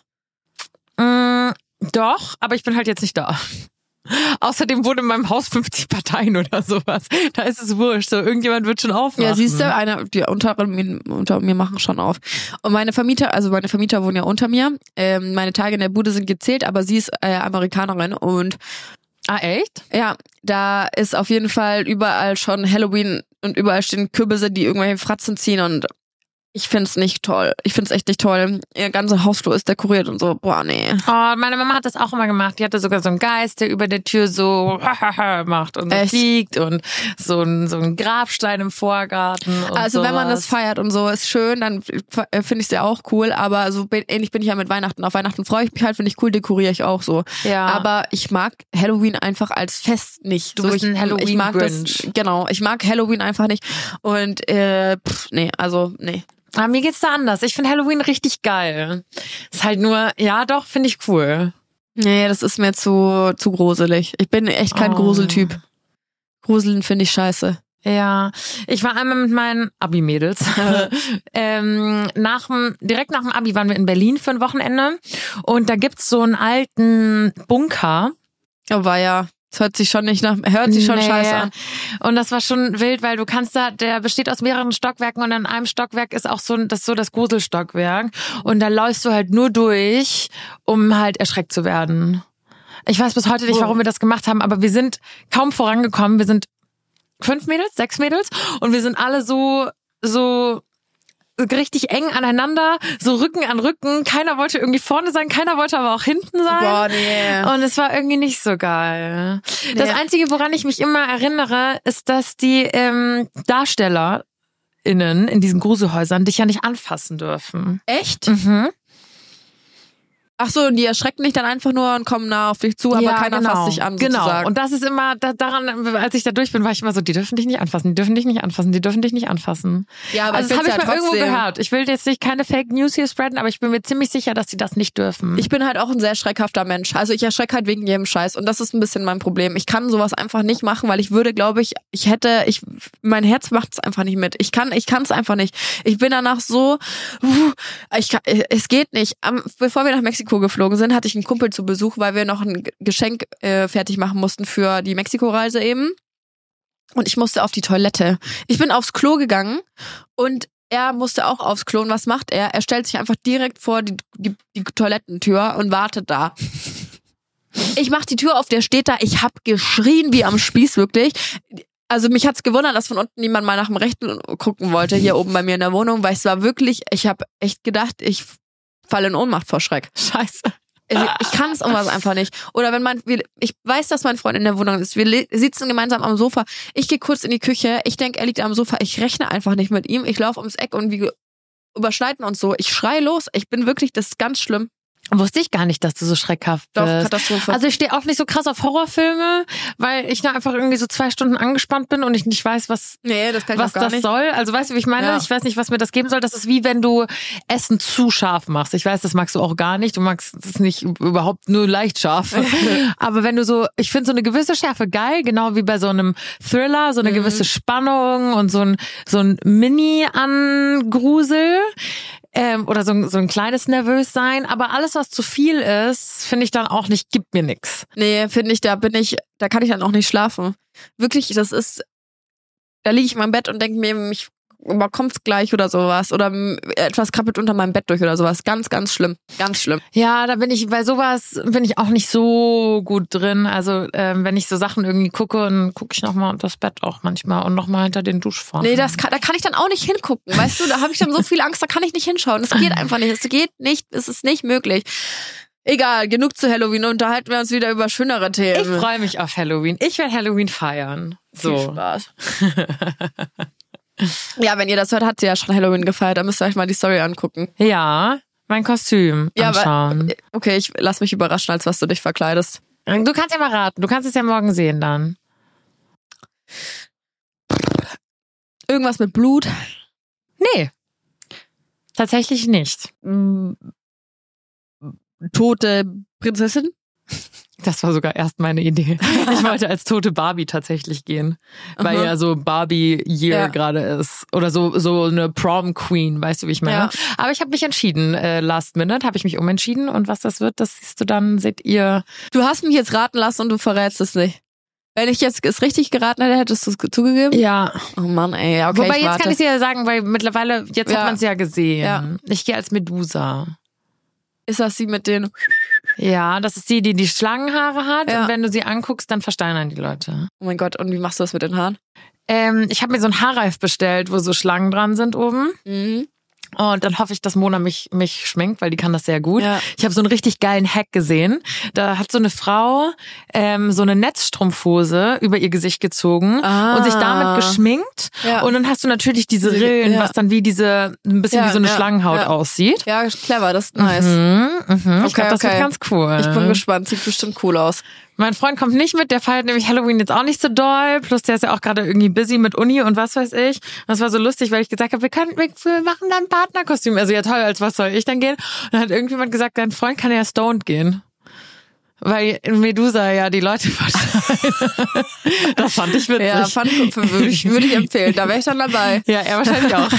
Mm, doch, aber ich bin halt jetzt nicht da. Außerdem wohnen in meinem Haus fünfzig Parteien oder sowas. Da ist es wurscht. So, irgendjemand wird schon aufmachen. Ja, siehst du, einer, die unter mir, unter mir machen schon auf. Und meine Vermieter, also meine Vermieter wohnen ja unter mir. Ähm, meine Tage in der Bude sind gezählt, aber sie ist äh, Amerikanerin und Ah, echt? ja, da ist auf jeden Fall überall schon Halloween und überall stehen Kürbisse, die irgendwelche Fratzen ziehen und ich find's nicht toll. Ich find's echt nicht toll. Ihr ganzer Hausflur ist dekoriert und so. Boah, nee. Oh, meine Mama hat das auch immer gemacht. Die hatte sogar so einen Geist, der über der Tür so macht und so Echt? fliegt und so ein, so ein Grabstein im Vorgarten und Also sowas. wenn man das feiert und so, ist schön, dann finde ich es ja auch cool. Aber so bin, ähnlich bin ich ja mit Weihnachten. Auf Weihnachten freue ich mich halt, finde ich cool, dekoriere ich auch so. Ja. Aber ich mag Halloween einfach als Fest nicht. Du so, bist ich, ein Halloween ich mag das, Grinch. genau, ich mag Halloween einfach nicht. Und äh, pff, nee, also nee. Aber mir geht's da anders. Ich finde Halloween richtig geil. Ist halt nur, ja doch, finde ich cool. Nee, das ist mir zu, zu gruselig. Ich bin echt kein Oh. Gruseltyp. Gruseln finde ich scheiße. Ja, ich war einmal mit meinen Abi-Mädels. ähm, nach dem, direkt nach dem Abi waren wir in Berlin für ein Wochenende und da gibt's so einen alten Bunker. Aber ja, es hört sich schon nicht nach, hört sich schon Nee. scheiße an. Und das war schon wild, weil du kannst da, der besteht aus mehreren Stockwerken und an einem Stockwerk ist auch so das so das Gruselstockwerk und da läufst du halt nur durch, um halt erschreckt zu werden. Ich weiß bis heute nicht, warum wir das gemacht haben, aber wir sind kaum vorangekommen. Wir sind fünf Mädels, sechs Mädels und wir sind alle so so richtig eng aneinander, so Rücken an Rücken. Keiner wollte irgendwie vorne sein, keiner wollte aber auch hinten sein. Boah, nee. Und es war irgendwie nicht so geil. Das Nee. Einzige, woran ich mich immer erinnere, ist, dass die ähm, DarstellerInnen in diesen Gruselhäusern dich ja nicht anfassen dürfen. Echt? Mhm. Ach so, und die erschrecken dich dann einfach nur und kommen nah auf dich zu, aber Ja, keiner genau. fasst dich an, Genau. sozusagen. Und das ist immer, da, daran, als ich da durch bin, war ich immer so, die dürfen dich nicht anfassen, die dürfen dich nicht anfassen, die dürfen dich nicht anfassen. Ja, aber Also das ich habe ich find's mal ja irgendwo trotzdem- gehört. Ich will jetzt nicht keine Fake News hier spreaden, aber ich bin mir ziemlich sicher, dass die das nicht dürfen. Ich bin halt auch ein sehr schreckhafter Mensch. Also ich erschrecke halt wegen jedem Scheiß. Und das ist ein bisschen mein Problem. Ich kann sowas einfach nicht machen, weil ich würde, glaube ich, ich hätte, ich, mein Herz macht es einfach nicht mit. Ich kann, ich kann es einfach nicht. Ich bin danach so, uh, ich kann, es geht nicht. Am, bevor wir nach Mexiko geflogen sind, hatte ich einen Kumpel zu Besuch, weil wir noch ein Geschenk äh, fertig machen mussten für die Mexiko-Reise eben. Und ich musste auf die Toilette. Ich bin aufs Klo gegangen und er musste auch aufs Klo. Und was macht er? Er stellt sich einfach direkt vor die, die, die Toilettentür und wartet da. Ich mach die Tür auf, der steht da. Ich hab geschrien wie am Spieß, wirklich. Also mich hat's gewundert, dass von unten niemand mal nach dem Rechten gucken wollte, hier oben bei mir in der Wohnung, weil es war wirklich, ich habe echt gedacht, ich falle in Ohnmacht vor Schreck. Scheiße. Also ich kann es irgendwas einfach nicht. Oder wenn man, ich weiß, dass mein Freund in der Wohnung ist, wir le- sitzen gemeinsam am Sofa, ich gehe kurz in die Küche, ich denke, er liegt am Sofa, ich rechne einfach nicht mit ihm, ich laufe ums Eck und wir überschneiden uns so. Ich schreie los, ich bin wirklich, das ist ganz schlimm. Wusste ich gar nicht, dass du so schreckhaft Doch, bist. Katastrophe. Also ich stehe auch nicht so krass auf Horrorfilme, weil ich da einfach irgendwie so zwei Stunden angespannt bin und ich nicht weiß, was Nee, das kann ich was auch gar das nicht. soll. Also weißt du, wie ich meine? Ja. Ich weiß nicht, was mir das geben soll. Das ist wie wenn du Essen zu scharf machst. Ich weiß, das magst du auch gar nicht. Du magst es nicht überhaupt nur leicht scharf. Aber wenn du so, ich finde so eine gewisse Schärfe geil, genau wie bei so einem Thriller, so eine Mhm. gewisse Spannung und so ein so ein Mini an Grusel. Ähm, oder so ein, so ein kleines Nervössein. Aber alles, was zu viel ist, finde ich dann auch nicht, gibt mir nix. Nee, finde ich, da bin ich, da kann ich dann auch nicht schlafen. Wirklich, das ist, da liege ich in meinem Bett und denke mir, mich kommt's gleich oder sowas. Oder etwas krabbelt unter meinem Bett durch oder sowas. Ganz, ganz schlimm. Ganz schlimm. Ja, da bin ich, bei sowas bin ich auch nicht so gut drin. Also ähm, wenn ich so Sachen irgendwie gucke, dann gucke ich nochmal unter das Bett auch manchmal und nochmal hinter den Duschvorhang. Nee, das kann, da kann ich dann auch nicht hingucken. Weißt du, da habe ich dann so viel Angst, da kann ich nicht hinschauen. Das geht einfach nicht. Es geht nicht, es ist nicht möglich. Egal, genug zu Halloween. Unterhalten wir uns wieder über schönere Themen. Ich freue mich auf Halloween. Ich werde Halloween feiern. So. Viel Spaß. Ja, wenn ihr das hört, hat sie ja schon Halloween gefeiert. Da müsst ihr euch mal die Story angucken. Ja, mein Kostüm ja, anschauen. Aber, okay, ich lass mich überraschen, als was du dich verkleidest. Du kannst ja mal raten. Du kannst es ja morgen sehen dann. Irgendwas mit Blut? Nee. Tatsächlich nicht. Tote Prinzessin? Das war sogar erst meine Idee. Ich wollte als tote Barbie tatsächlich gehen. Weil Aha. ja so Barbie-Year Ja. gerade ist. Oder so so eine Prom-Queen, weißt du, wie ich meine? Ja. Aber ich habe mich entschieden. Äh, last minute habe ich mich umentschieden. Und was das wird, das siehst du dann, seht ihr. Du hast mich jetzt raten lassen und du verrätst es nicht. Wenn ich jetzt es richtig geraten hätte, hättest du es zugegeben? Ja. Oh Mann, ey. Ja, okay, Wobei, ich jetzt warte. kann ich dir ja sagen, weil mittlerweile, jetzt Ja. hat man es ja gesehen. Ja. Ich gehe als Medusa. Ist das sie mit den... Ja, das ist die, die die Schlangenhaare hat. Ja. Und wenn du sie anguckst, dann versteinern die Leute. Oh mein Gott, und wie machst du das mit den Haaren? Ähm, ich habe mir so ein Haarreif bestellt, wo so Schlangen dran sind oben. Mhm. Und dann hoffe ich, dass Mona mich mich schminkt, weil die kann das sehr gut. Ja. Ich habe so einen richtig geilen Hack gesehen. Da hat so eine Frau ähm, so eine Netzstrumpfhose über ihr Gesicht gezogen Ah. und sich damit geschminkt. Ja. Und dann hast du natürlich diese Diese- Rillen, ja. was dann wie diese, ein bisschen Ja, wie so eine ja, Schlangenhaut ja. aussieht. Ja, clever, das ist nice. Mhm, mhm. Ich Okay, glaube, das okay. wird ganz cool. Ich bin gespannt, sieht bestimmt cool aus. Mein Freund kommt nicht mit, der feiert nämlich Halloween jetzt auch nicht so doll. Plus der ist ja auch gerade irgendwie busy mit Uni und was weiß ich. Und das war so lustig, weil ich gesagt habe, wir können, wir machen dann ein Partnerkostüm. Also ja toll, als was soll ich dann gehen? Und dann hat irgendjemand gesagt, dein Freund kann ja stoned gehen. Weil in Medusa ja die Leute verstehen. Das fand ich witzig. Ja, fand ich, würde ich, würde ich empfehlen. Da wäre ich dann dabei. Ja, er wahrscheinlich auch.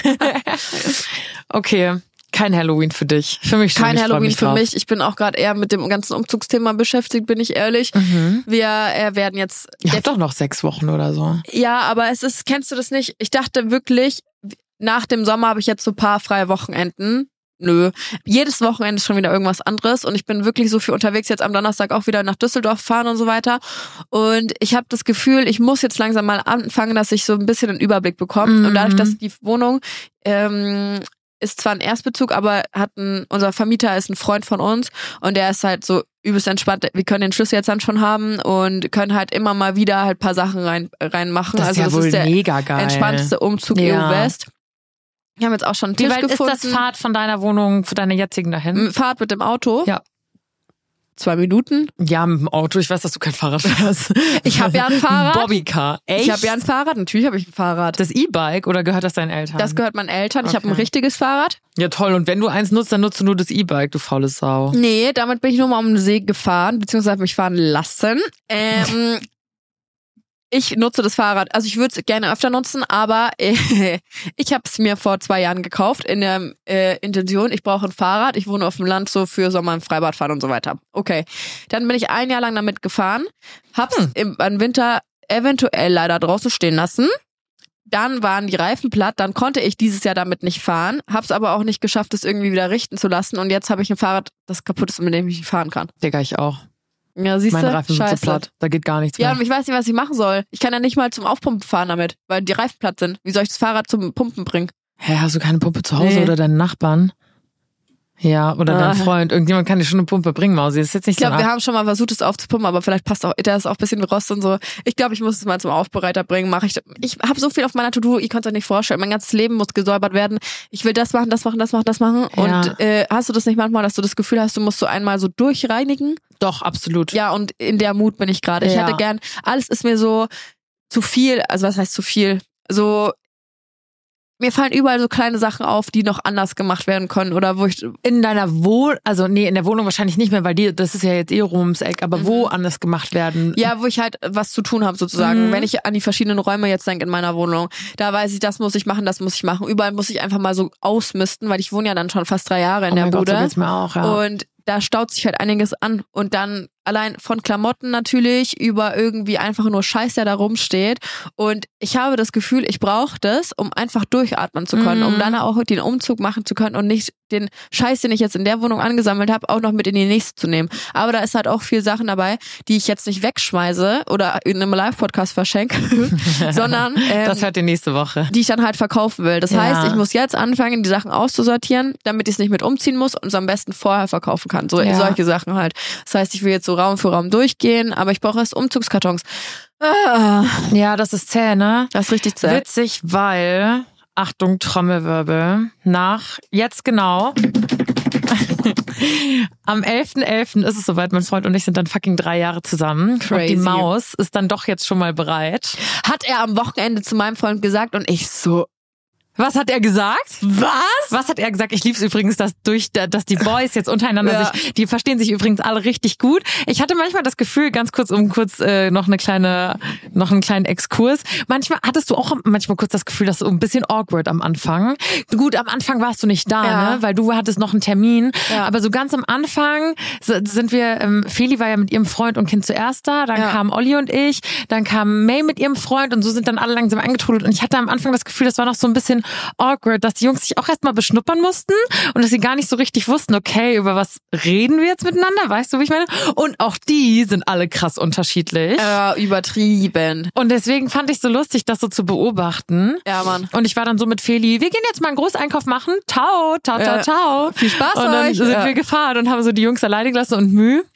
Okay. Kein Halloween für dich. Für mich schon. Kein Ich freu Halloween mich für drauf. mich. Ich bin auch gerade eher mit dem ganzen Umzugsthema beschäftigt, bin ich ehrlich. Mhm. Wir äh, werden jetzt... Ihr habt doch noch sechs Wochen oder so. Ja, aber es ist, kennst du das nicht? Ich dachte wirklich, nach dem Sommer habe ich jetzt so ein paar freie Wochenenden. Nö. Jedes Wochenende ist schon wieder irgendwas anderes und ich bin wirklich so viel unterwegs, jetzt am Donnerstag auch wieder nach Düsseldorf fahren und so weiter. Und ich habe das Gefühl, ich muss jetzt langsam mal anfangen, dass ich so ein bisschen einen Überblick bekomme. Mhm. Und dadurch, dass die Wohnung ähm, ist zwar ein Erstbezug, aber hat ein, unser Vermieter ist ein Freund von uns und der ist halt so übelst entspannt. Wir können den Schlüssel jetzt dann schon haben und können halt immer mal wieder halt paar Sachen rein reinmachen. Das ist also ja das wohl ist der mega geil. entspannteste Umzug Ja. E U West. Wir haben jetzt auch schon einen Wie Tisch weit gefunden. ist das Fahrt von deiner Wohnung zu deiner jetzigen dahin? Fahrt mit dem Auto? Ja. Zwei Minuten. Ja, mit dem Auto. Ich weiß, dass du kein Fahrrad fährst. Ich habe ja ein Fahrrad. Bobbycar. Echt? Ich habe ja ein Fahrrad. Natürlich habe ich ein Fahrrad. Das E-Bike oder gehört das deinen Eltern? Das gehört meinen Eltern. Ich habe ein Okay. richtiges Fahrrad. Ja, toll. Und wenn du eins nutzt, dann nutzt du nur das E-Bike, du faule Sau. Nee, damit bin ich nur mal um den See gefahren, beziehungsweise hab mich fahren lassen. Ähm, ich nutze das Fahrrad. Also ich würde es gerne öfter nutzen, aber äh, ich habe es mir vor zwei Jahren gekauft in der äh, Intention, ich brauche ein Fahrrad. Ich wohne auf dem Land, so für Sommer im Freibad fahren und so weiter. Okay, dann bin ich ein Jahr lang damit gefahren, hab's Hm. im, im Winter eventuell leider draußen stehen lassen. Dann waren die Reifen platt, dann konnte ich dieses Jahr damit nicht fahren, hab's aber auch nicht geschafft, es irgendwie wieder richten zu lassen und jetzt habe ich ein Fahrrad, das kaputt ist und mit dem ich nicht fahren kann. Digga, ich auch. Ja, siehst Meine du? Reifen sind Scheiße. so platt. Da geht gar nichts Ja, mehr. und ich weiß nicht, was ich machen soll. Ich kann ja nicht mal zum Aufpumpen fahren damit, weil die Reifen platt sind. Wie soll ich das Fahrrad zum Pumpen bringen? Hä, hast du keine Pumpe zu Hause Nee. oder deinen Nachbarn? Ja, oder Ah. dein Freund. Irgendjemand kann dir schon eine Pumpe bringen, Mausi. Das ist jetzt nicht Ich glaube, so wir ein haben schon mal versucht, es aufzupumpen, aber vielleicht passt auch, der ist auch ein bisschen Rost und so. Ich glaube, ich muss es mal zum Aufbereiter bringen. Mach ich ich habe so viel auf meiner To-Do, ich konnte es euch nicht vorstellen. Mein ganzes Leben muss gesäubert werden. Ich will das machen, das machen, das machen, das machen. Ja. Und äh, hast du das nicht manchmal, dass du das Gefühl hast, du musst so einmal so durchreinigen? Doch, absolut. Ja, und in der Mut bin ich gerade. Ich Ja. hätte gern, alles ist mir so zu viel, also was heißt zu viel? So, mir fallen überall so kleine Sachen auf, die noch anders gemacht werden können oder wo ich, In deiner Wohnung, also nee, in der Wohnung wahrscheinlich nicht mehr, weil die, das ist ja jetzt eh rum ums Eck, aber wo anders gemacht werden? ja, wo ich halt was zu tun habe sozusagen. Mhm. Wenn ich an die verschiedenen Räume jetzt denke in meiner Wohnung, da weiß ich, das muss ich machen, das muss ich machen. Überall muss ich einfach mal so ausmisten, weil ich wohne ja dann schon fast drei Jahre in oh der mein Gott, Bude. so geht's mir auch, ja. Und da staut sich halt einiges an und dann allein von Klamotten natürlich über irgendwie einfach nur Scheiß, der da rumsteht. Und ich habe das Gefühl, ich brauche das, um einfach durchatmen zu können, Mhm. um dann auch den Umzug machen zu können und nicht den Scheiß, den ich jetzt in der Wohnung angesammelt habe, auch noch mit in die nächste zu nehmen. Aber da ist halt auch viel Sachen dabei, die ich jetzt nicht wegschmeiße oder in einem Live-Podcast verschenke, sondern ähm, Das hört ihr nächste Woche. die ich dann halt verkaufen will. Das Ja. heißt, ich muss jetzt anfangen, die Sachen auszusortieren, damit ich es nicht mit umziehen muss und es am besten vorher verkaufen kann. So Ja. solche Sachen halt. Das heißt, ich will jetzt so Raum für Raum durchgehen, aber ich brauche erst Umzugskartons. Ah, Ja, das ist zäh, ne? das ist richtig zäh. Witzig, weil, Achtung, Trommelwirbel, nach jetzt genau am elften elften ist es soweit, mein Freund und ich sind dann fucking drei Jahre zusammen. Crazy. Und die Maus ist dann doch jetzt schon mal bereit. Hat er am Wochenende zu meinem Freund gesagt und ich so, Was hat er gesagt? was? Was hat er gesagt? Ich lieb's übrigens, dass durch, dass die Boys jetzt untereinander Ja. sich, die verstehen sich übrigens alle richtig gut. Ich hatte manchmal das Gefühl, ganz kurz, um kurz äh, noch eine kleine, noch einen kleinen Exkurs. Manchmal hattest du auch manchmal kurz das Gefühl, dass so ein bisschen awkward am Anfang. Gut, am Anfang warst du nicht da, Ja. ne, weil du hattest noch einen Termin. Ja. Aber so ganz am Anfang sind wir, ähm, Feli war ja mit ihrem Freund und Kind zuerst da, dann Ja. kam Olli und ich, dann kam May mit ihrem Freund und so sind dann alle langsam eingetrudelt. Und ich hatte am Anfang das Gefühl, das war noch so ein bisschen awkward, dass die Jungs sich auch erstmal beschnuppern mussten und dass sie gar nicht so richtig wussten, okay, über was reden wir jetzt miteinander, weißt du, wie ich meine? Und auch die sind alle krass unterschiedlich. Äh, übertrieben. Und deswegen fand ich so lustig, das so zu beobachten. Ja, Mann. Und ich war dann so mit Feli, wir gehen jetzt mal einen Großeinkauf machen. Tau, tau, tau, Ja. tau. Viel Spaß Und dann euch. sind Ja. wir gefahren und haben so die Jungs alleine gelassen und Mühe.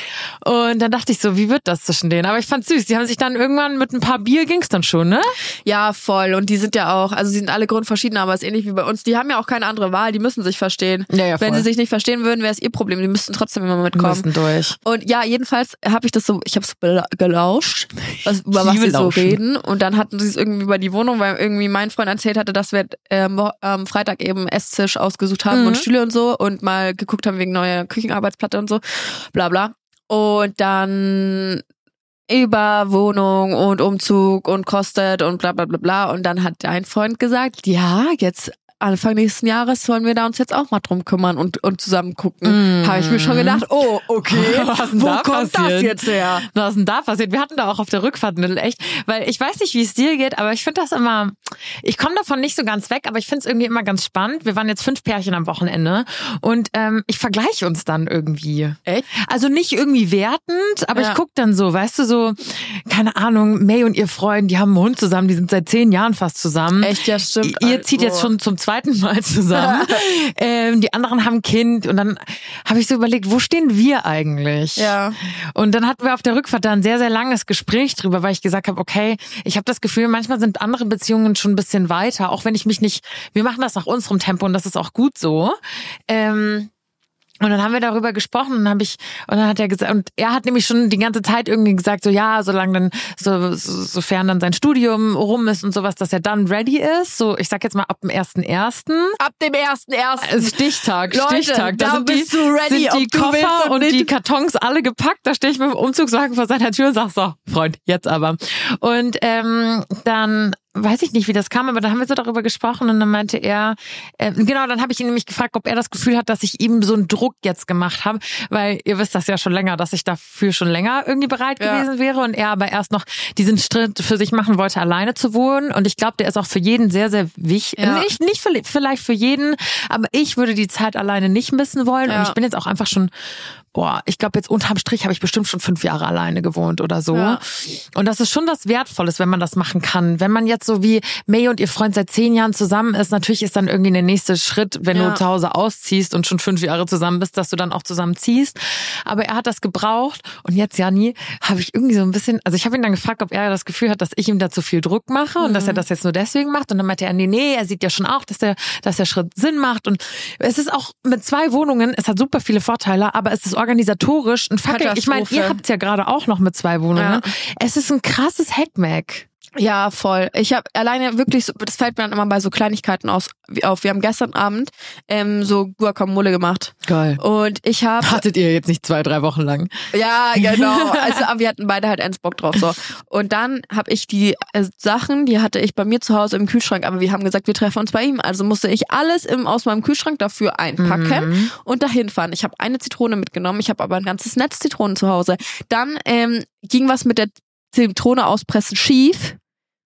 Und dann dachte ich so, wie wird das zwischen denen? Aber ich fand's süß. Die haben sich dann irgendwann mit ein paar Bier ging's dann schon, ne? Ja, voll. Und die sind ja auch, also sie sind alle grundverschieden, aber es ist ähnlich wie bei uns. Die haben ja auch keine andere Wahl, die müssen sich verstehen. Ja, ja, Wenn voll. sie sich nicht verstehen würden, wäre es ihr Problem. Die müssten trotzdem immer mitkommen. Müssen durch. Und ja, jedenfalls habe ich das so, ich habe es gelauscht, was, über was liebe sie so Lauschen. reden. Und dann hatten sie es irgendwie über die Wohnung, weil irgendwie mein Freund erzählt hatte, dass wir ähm, am Freitag eben Esstisch ausgesucht haben Mhm. und Stühle und so und mal geguckt haben wegen neuer Küchenarbeitsplatte und so, bla bla. Und dann über Wohnung und Umzug und kostet und bla bla bla bla. Und dann hat dein Freund gesagt, ja, jetzt Anfang nächsten Jahres wollen wir da uns jetzt auch mal drum kümmern und, und zusammen gucken. Mhm. Habe ich mir schon gedacht, oh, okay, Was ist denn wo da kommt das passiert? jetzt her? Was ist denn da passiert? Wir hatten da auch auf der Rückfahrt eine echt, weil ich weiß nicht, wie es dir geht, aber ich finde das immer, ich komme davon nicht so ganz weg, aber ich finde es irgendwie immer ganz spannend. Wir waren jetzt fünf Pärchen am Wochenende und ähm, ich vergleiche uns dann irgendwie. Echt? Also nicht irgendwie wertend, aber Ja. ich guck dann so, weißt du, so, keine Ahnung, May und ihr Freund, die haben einen Hund zusammen, die sind seit zehn Jahren fast zusammen. Echt, ja, stimmt. Ihr zieht jetzt schon zum zweiten Mal zusammen. ähm, die anderen haben ein Kind und dann habe ich so überlegt, wo stehen wir eigentlich? Ja. Und dann hatten wir auf der Rückfahrt da ein sehr, sehr langes Gespräch drüber, weil ich gesagt habe, okay, ich habe das Gefühl, manchmal sind andere Beziehungen schon ein bisschen weiter, auch wenn ich mich nicht, wir machen das nach unserem Tempo und das ist auch gut so. Ähm, Und dann haben wir darüber gesprochen und habe ich und dann hat er gesagt und er hat nämlich schon die ganze Zeit irgendwie gesagt so ja, solange dann so, so sofern dann sein Studium rum ist und sowas, dass er dann ready ist, so ich sag jetzt mal ab dem ersten ersten Ab dem ersten ersten Stichtag, Leute, Stichtag, da, da sind die, bist du ready, sind die ob du willst Koffer oder und nicht. die Kartons alle gepackt, da stehe ich mit dem Umzugswagen vor seiner Tür und sag so, Freund, jetzt aber. Und ähm, dann weiß ich nicht, wie das kam, aber da haben wir so darüber gesprochen und dann meinte er, äh, genau, dann habe ich ihn nämlich gefragt, ob er das Gefühl hat, dass ich ihm so einen Druck jetzt gemacht habe, weil ihr wisst das ja schon länger, dass ich dafür schon länger irgendwie bereit Ja. gewesen wäre und er aber erst noch diesen Schritt für sich machen wollte, alleine zu wohnen und ich glaube, der ist auch für jeden sehr, sehr wichtig, Ja. nicht, nicht für, vielleicht für jeden, aber ich würde die Zeit alleine nicht missen wollen Ja. und ich bin jetzt auch einfach schon boah, ich glaube jetzt unterm Strich habe ich bestimmt schon fünf Jahre alleine gewohnt oder so. Ja. Und das ist schon was Wertvolles, wenn man das machen kann. Wenn man jetzt so wie May und ihr Freund seit zehn Jahren zusammen ist, natürlich ist dann irgendwie der nächste Schritt, wenn Ja. du zu Hause ausziehst und schon fünf Jahre zusammen bist, dass du dann auch zusammen ziehst. Aber er hat das gebraucht und jetzt, Janni, habe ich irgendwie so ein bisschen, also ich habe ihn dann gefragt, ob er das Gefühl hat, dass ich ihm da zu viel Druck mache und Mhm. dass er das jetzt nur deswegen macht. Und dann meinte er, nee, nee, er sieht ja schon auch, dass der, dass der Schritt Sinn macht. Und es ist auch mit zwei Wohnungen, es hat super viele Vorteile, aber es ist organisatorisch ein fucking, ich meine, ihr Katastrophe. habt ja gerade auch noch mit zwei Wohnungen. Ja. Es ist ein krasses Hackmack. Ja, voll. Ich habe alleine wirklich, so, das fällt mir dann immer bei so Kleinigkeiten aus, auf. Wir haben gestern Abend ähm, so Guacamole gemacht. Geil. Und ich habe... Hattet ihr jetzt nicht zwei, drei Wochen lang? Ja, genau. Also aber wir hatten beide halt ends Bock drauf. So. Und dann habe ich die äh, Sachen, die hatte ich bei mir zu Hause im Kühlschrank, aber wir haben gesagt, wir treffen uns bei ihm. Also musste ich alles im, aus meinem Kühlschrank dafür einpacken mhm. und dahin fahren. Ich habe eine Zitrone mitgenommen, ich habe aber ein ganzes Netz Zitronen zu Hause. Dann ähm, ging was mit der Zitrone auspressen schief.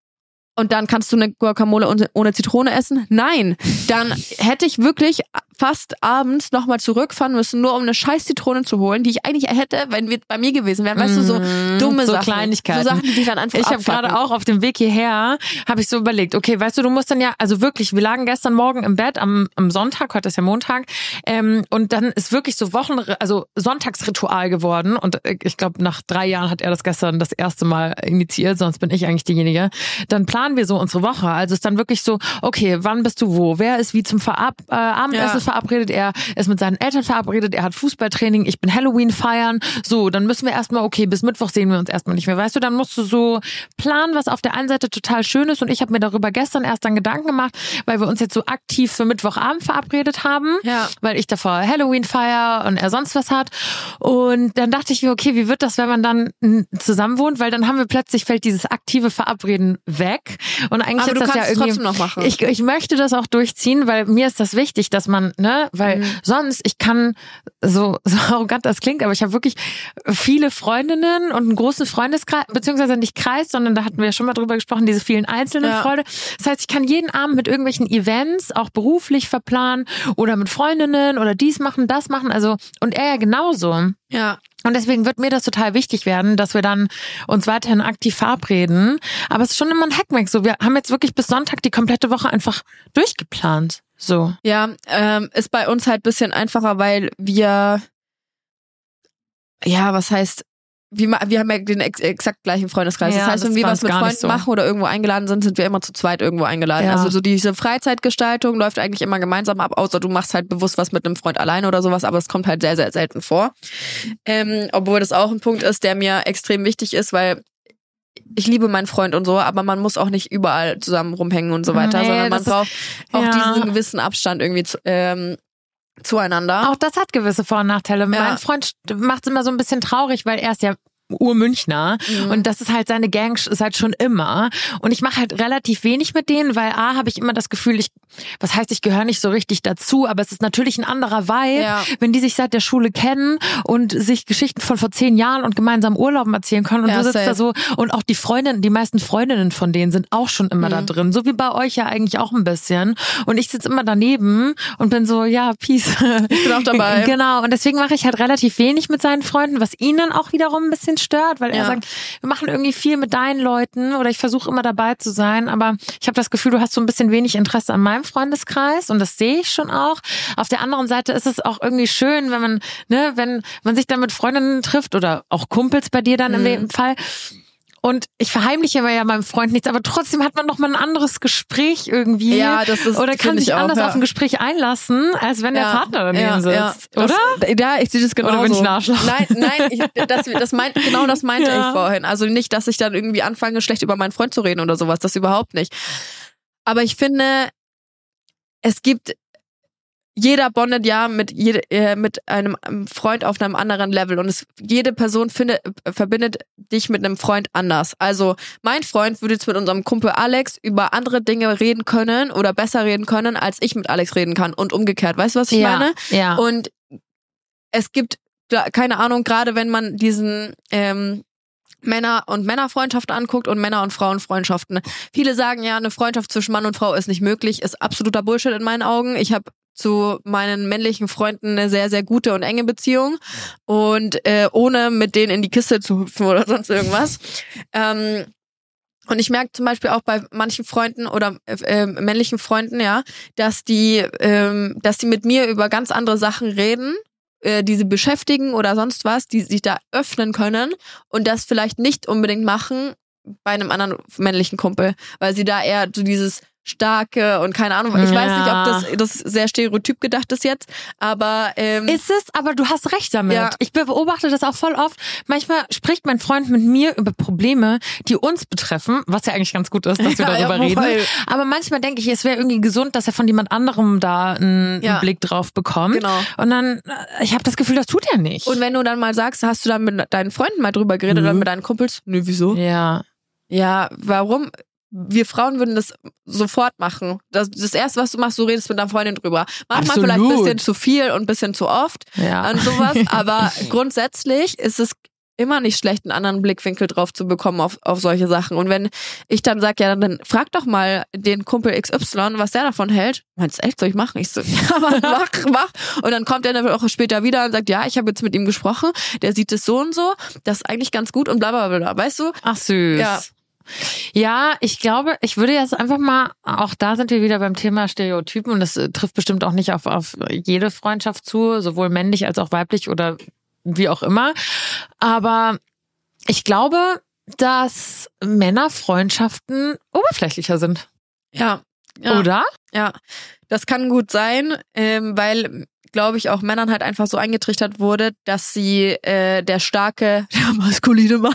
Und dann kannst du eine Guacamole ohne Zitrone essen? Nein. Dann hätte ich wirklich fast abends nochmal zurückfahren müssen, nur um eine scheiß Zitrone zu holen, die ich eigentlich hätte, wenn wir bei mir gewesen wären. Weißt mm, du, so dumme so Sachen. Kleinigkeiten. So Sachen, die dich dann einfach Ich habe gerade auch auf dem Weg hierher, habe ich so überlegt, okay, weißt du, du musst dann ja, also wirklich, wir lagen gestern Morgen im Bett am, am Sonntag, heute ist ja Montag, ähm, und dann ist wirklich so Wochen, also Sonntagsritual geworden und ich glaube, nach drei Jahren hat er das gestern das erste Mal initiiert, sonst bin ich eigentlich diejenige. Dann planen wir so unsere Woche. Also ist dann wirklich so, okay, wann bist du wo? Wer ist wie zum Verab äh, Abendessen ja. verabredet? Er ist mit seinen Eltern verabredet, er hat Fußballtraining, ich bin Halloween feiern. So, dann müssen wir erstmal, okay, bis Mittwoch sehen wir uns erstmal nicht mehr. Weißt du, dann musst du so planen, was auf der einen Seite total schön ist und ich habe mir darüber gestern erst dann Gedanken gemacht, weil wir uns jetzt so aktiv für Mittwochabend verabredet haben, ja. weil ich davor Halloween feier und er sonst was hat. Und dann dachte ich mir, okay, wie wird das, wenn man dann zusammen wohnt? Weil dann haben wir plötzlich, fällt dieses aktive Verabreden weg. Und eigentlich aber ist du das kannst ja es irgendwie, trotzdem noch machen. Ich, ich möchte das auch durchziehen, weil mir ist das wichtig, dass man, ne, weil mhm. sonst, ich kann, so, so arrogant das klingt, aber ich habe wirklich viele Freundinnen und einen großen Freundeskreis, beziehungsweise nicht Kreis, sondern da hatten wir ja schon mal drüber gesprochen, diese vielen einzelnen ja. Freunde. Das heißt, ich kann jeden Abend mit irgendwelchen Events, auch beruflich verplanen oder mit Freundinnen oder dies machen, das machen, also, und er ja genauso. Ja. Und deswegen wird mir das total wichtig werden, dass wir dann uns weiterhin aktiv verabreden. Aber es ist schon immer ein Hackmack. So, wir haben jetzt wirklich bis Sonntag die komplette Woche einfach durchgeplant. So. Ja, ähm, ist bei uns halt ein bisschen einfacher, weil wir, ja, was heißt, wir, wir haben ja den ex exakt gleichen Freundeskreis. Ja, das heißt, das wenn wir was mit Freunden so. machen oder irgendwo eingeladen sind, sind wir immer zu zweit irgendwo eingeladen. Ja. Also so diese Freizeitgestaltung läuft eigentlich immer gemeinsam ab, außer du machst halt bewusst was mit einem Freund alleine oder sowas, aber es kommt halt sehr, sehr selten vor. Ähm, obwohl das auch ein Punkt ist, der mir extrem wichtig ist, weil ich liebe meinen Freund und so, aber man muss auch nicht überall zusammen rumhängen und so weiter, nee, sondern man braucht ist, auch ja. diesen gewissen Abstand irgendwie zu, ähm, zueinander. Auch das hat gewisse Vor- und Nachteile. Ja. Mein Freund macht es immer so ein bisschen traurig, weil er ist ja Ur-Münchner mhm. und das ist halt seine Gang seit schon immer und ich mache halt relativ wenig mit denen, weil A, habe ich immer das Gefühl, ich, was heißt, ich gehöre nicht so richtig dazu, aber es ist natürlich ein anderer Vibe, ja. wenn die sich seit der Schule kennen und sich Geschichten von vor zehn Jahren und gemeinsam Urlauben erzählen können und ja, du sitzt safe. da so und auch die Freundinnen, die meisten Freundinnen von denen sind auch schon immer mhm. da drin, so wie bei euch ja eigentlich auch ein bisschen und ich sitze immer daneben und bin so, ja, peace. Ich bin auch dabei. Genau, und deswegen mache ich halt relativ wenig mit seinen Freunden, was ihn dann auch wiederum ein bisschen stört, weil er ja. sagt, wir machen irgendwie viel mit deinen Leuten oder ich versuche immer dabei zu sein, aber ich habe das Gefühl, du hast so ein bisschen wenig Interesse an meinem Freundeskreis und das sehe ich schon auch. Auf der anderen Seite ist es auch irgendwie schön, wenn man, ne, wenn man sich dann mit Freundinnen trifft oder auch Kumpels bei dir dann mhm. in dem Fall. Und ich verheimliche ja meinem Freund nichts, aber trotzdem hat man noch mal ein anderes Gespräch irgendwie. Ja, das ist, oder kann sich auch, anders ja. auf ein Gespräch einlassen, als wenn ja. der Partner daneben ja, sitzt. Ja. Oder? Das, ja, ich sehe das genau Oder bin so. ich ein Arschloch? Nein, nein, ich, das, das meint, genau das meinte ja. ich vorhin. Also nicht, dass ich dann irgendwie anfange, schlecht über meinen Freund zu reden oder sowas. Das überhaupt nicht. Aber ich finde, es gibt jeder bondet ja mit jede, äh, mit einem Freund auf einem anderen Level und es, jede Person findet, äh, verbindet dich mit einem Freund anders. Also mein Freund würde jetzt mit unserem Kumpel Alex über andere Dinge reden können oder besser reden können, als ich mit Alex reden kann und umgekehrt. Weißt du, was ich ja, meine? Ja. Und es gibt, keine Ahnung, gerade wenn man diesen ähm, Männer- und Männerfreundschaften anguckt und Männer- und Frauenfreundschaften. Viele sagen ja, eine Freundschaft zwischen Mann und Frau ist nicht möglich, ist absoluter Bullshit in meinen Augen. Ich habe zu meinen männlichen Freunden eine sehr, sehr gute und enge Beziehung und äh, ohne mit denen in die Kiste zu hüpfen oder sonst irgendwas. Ähm, und ich merke zum Beispiel auch bei manchen Freunden oder äh, männlichen Freunden, ja, dass die, ähm, dass die mit mir über ganz andere Sachen reden, äh, die sie beschäftigen oder sonst was, die sich da öffnen können und das vielleicht nicht unbedingt machen bei einem anderen männlichen Kumpel, weil sie da eher so dieses starke und keine Ahnung. Ich Ja. weiß nicht, ob das, das sehr stereotyp gedacht ist jetzt, aber ähm, Ist es, aber du hast recht damit. Ja. Ich beobachte das auch voll oft. Manchmal spricht mein Freund mit mir über Probleme, die uns betreffen, was ja eigentlich ganz gut ist, dass wir Ja, darüber ja, reden. voll. Aber manchmal denke ich, es wäre irgendwie gesund, dass er von jemand anderem da einen, Ja. einen Blick drauf bekommt. Genau. Und dann, äh, ich habe das Gefühl, das tut er nicht. und wenn du dann mal sagst, hast du dann mit deinen Freunden mal drüber geredet oder Mhm. mit deinen Kumpels? Nö, wieso? ja. Ja, warum? Wir Frauen würden das sofort machen. Das, das erste, was du machst, du redest mit deiner Freundin drüber. Manchmal Absolut. vielleicht ein bisschen zu viel und ein bisschen zu oft Ja. und sowas, aber grundsätzlich ist es immer nicht schlecht, einen anderen Blickwinkel drauf zu bekommen auf, auf solche Sachen. Und wenn ich dann sage, ja, dann frag doch mal den Kumpel X Y, was der davon hält. Meinst du echt, soll ich machen? Ich so, ja, aber mach, mach. Und dann kommt er eine Woche später wieder und sagt, ja, ich habe jetzt mit ihm gesprochen, der sieht es so und so, das ist eigentlich ganz gut und bla bla bla. Weißt du? Ach süß. Ja. Ja, ich glaube, ich würde jetzt einfach mal, auch da sind wir wieder beim Thema Stereotypen und das äh, trifft bestimmt auch nicht auf, auf jede Freundschaft zu, sowohl männlich als auch weiblich oder wie auch immer. Aber ich glaube, dass Männerfreundschaften oberflächlicher sind. Ja. ja. Oder? Ja, das kann gut sein, ähm, weil, glaube ich, auch Männern halt einfach so eingetrichtert wurde, dass sie äh, der starke, der maskuline Mann.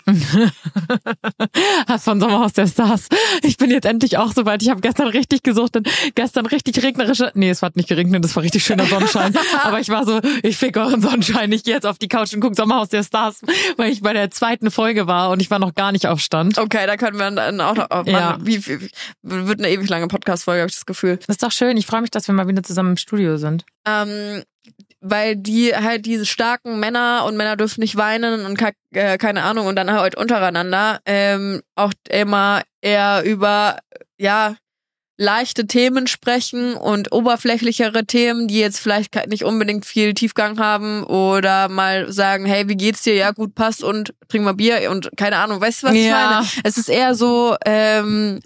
Hast von Sommerhaus der Stars. Ich bin jetzt endlich auch soweit. Ich habe gestern richtig gesucht und gestern richtig regnerische. Nee, es hat nicht geregnet, es war richtig schöner Sonnenschein. Aber ich war so, ich fick euren Sonnenschein. Ich gehe jetzt auf die Couch und guck Sommerhaus der Stars, weil ich bei der zweiten Folge war und ich war noch gar nicht auf Stand. Okay, da können wir dann auch noch. Oh, Mann, Ja. wie, wie, wie, wird eine ewig lange Podcast-Folge, habe ich das Gefühl. Das ist doch schön. Ich freue mich, dass wir mal wieder zusammen im Studio sind. Ähm, weil die halt diese starken Männer und Männer dürfen nicht weinen und ke äh, keine Ahnung und dann halt untereinander ähm, auch immer eher über ja leichte Themen sprechen und oberflächlichere Themen, die jetzt vielleicht nicht unbedingt viel Tiefgang haben oder mal sagen, hey, wie geht's dir? Ja, gut, passt und trink mal Bier und keine Ahnung, weißt du, was ich Ja. meine? Es ist eher so, ähm,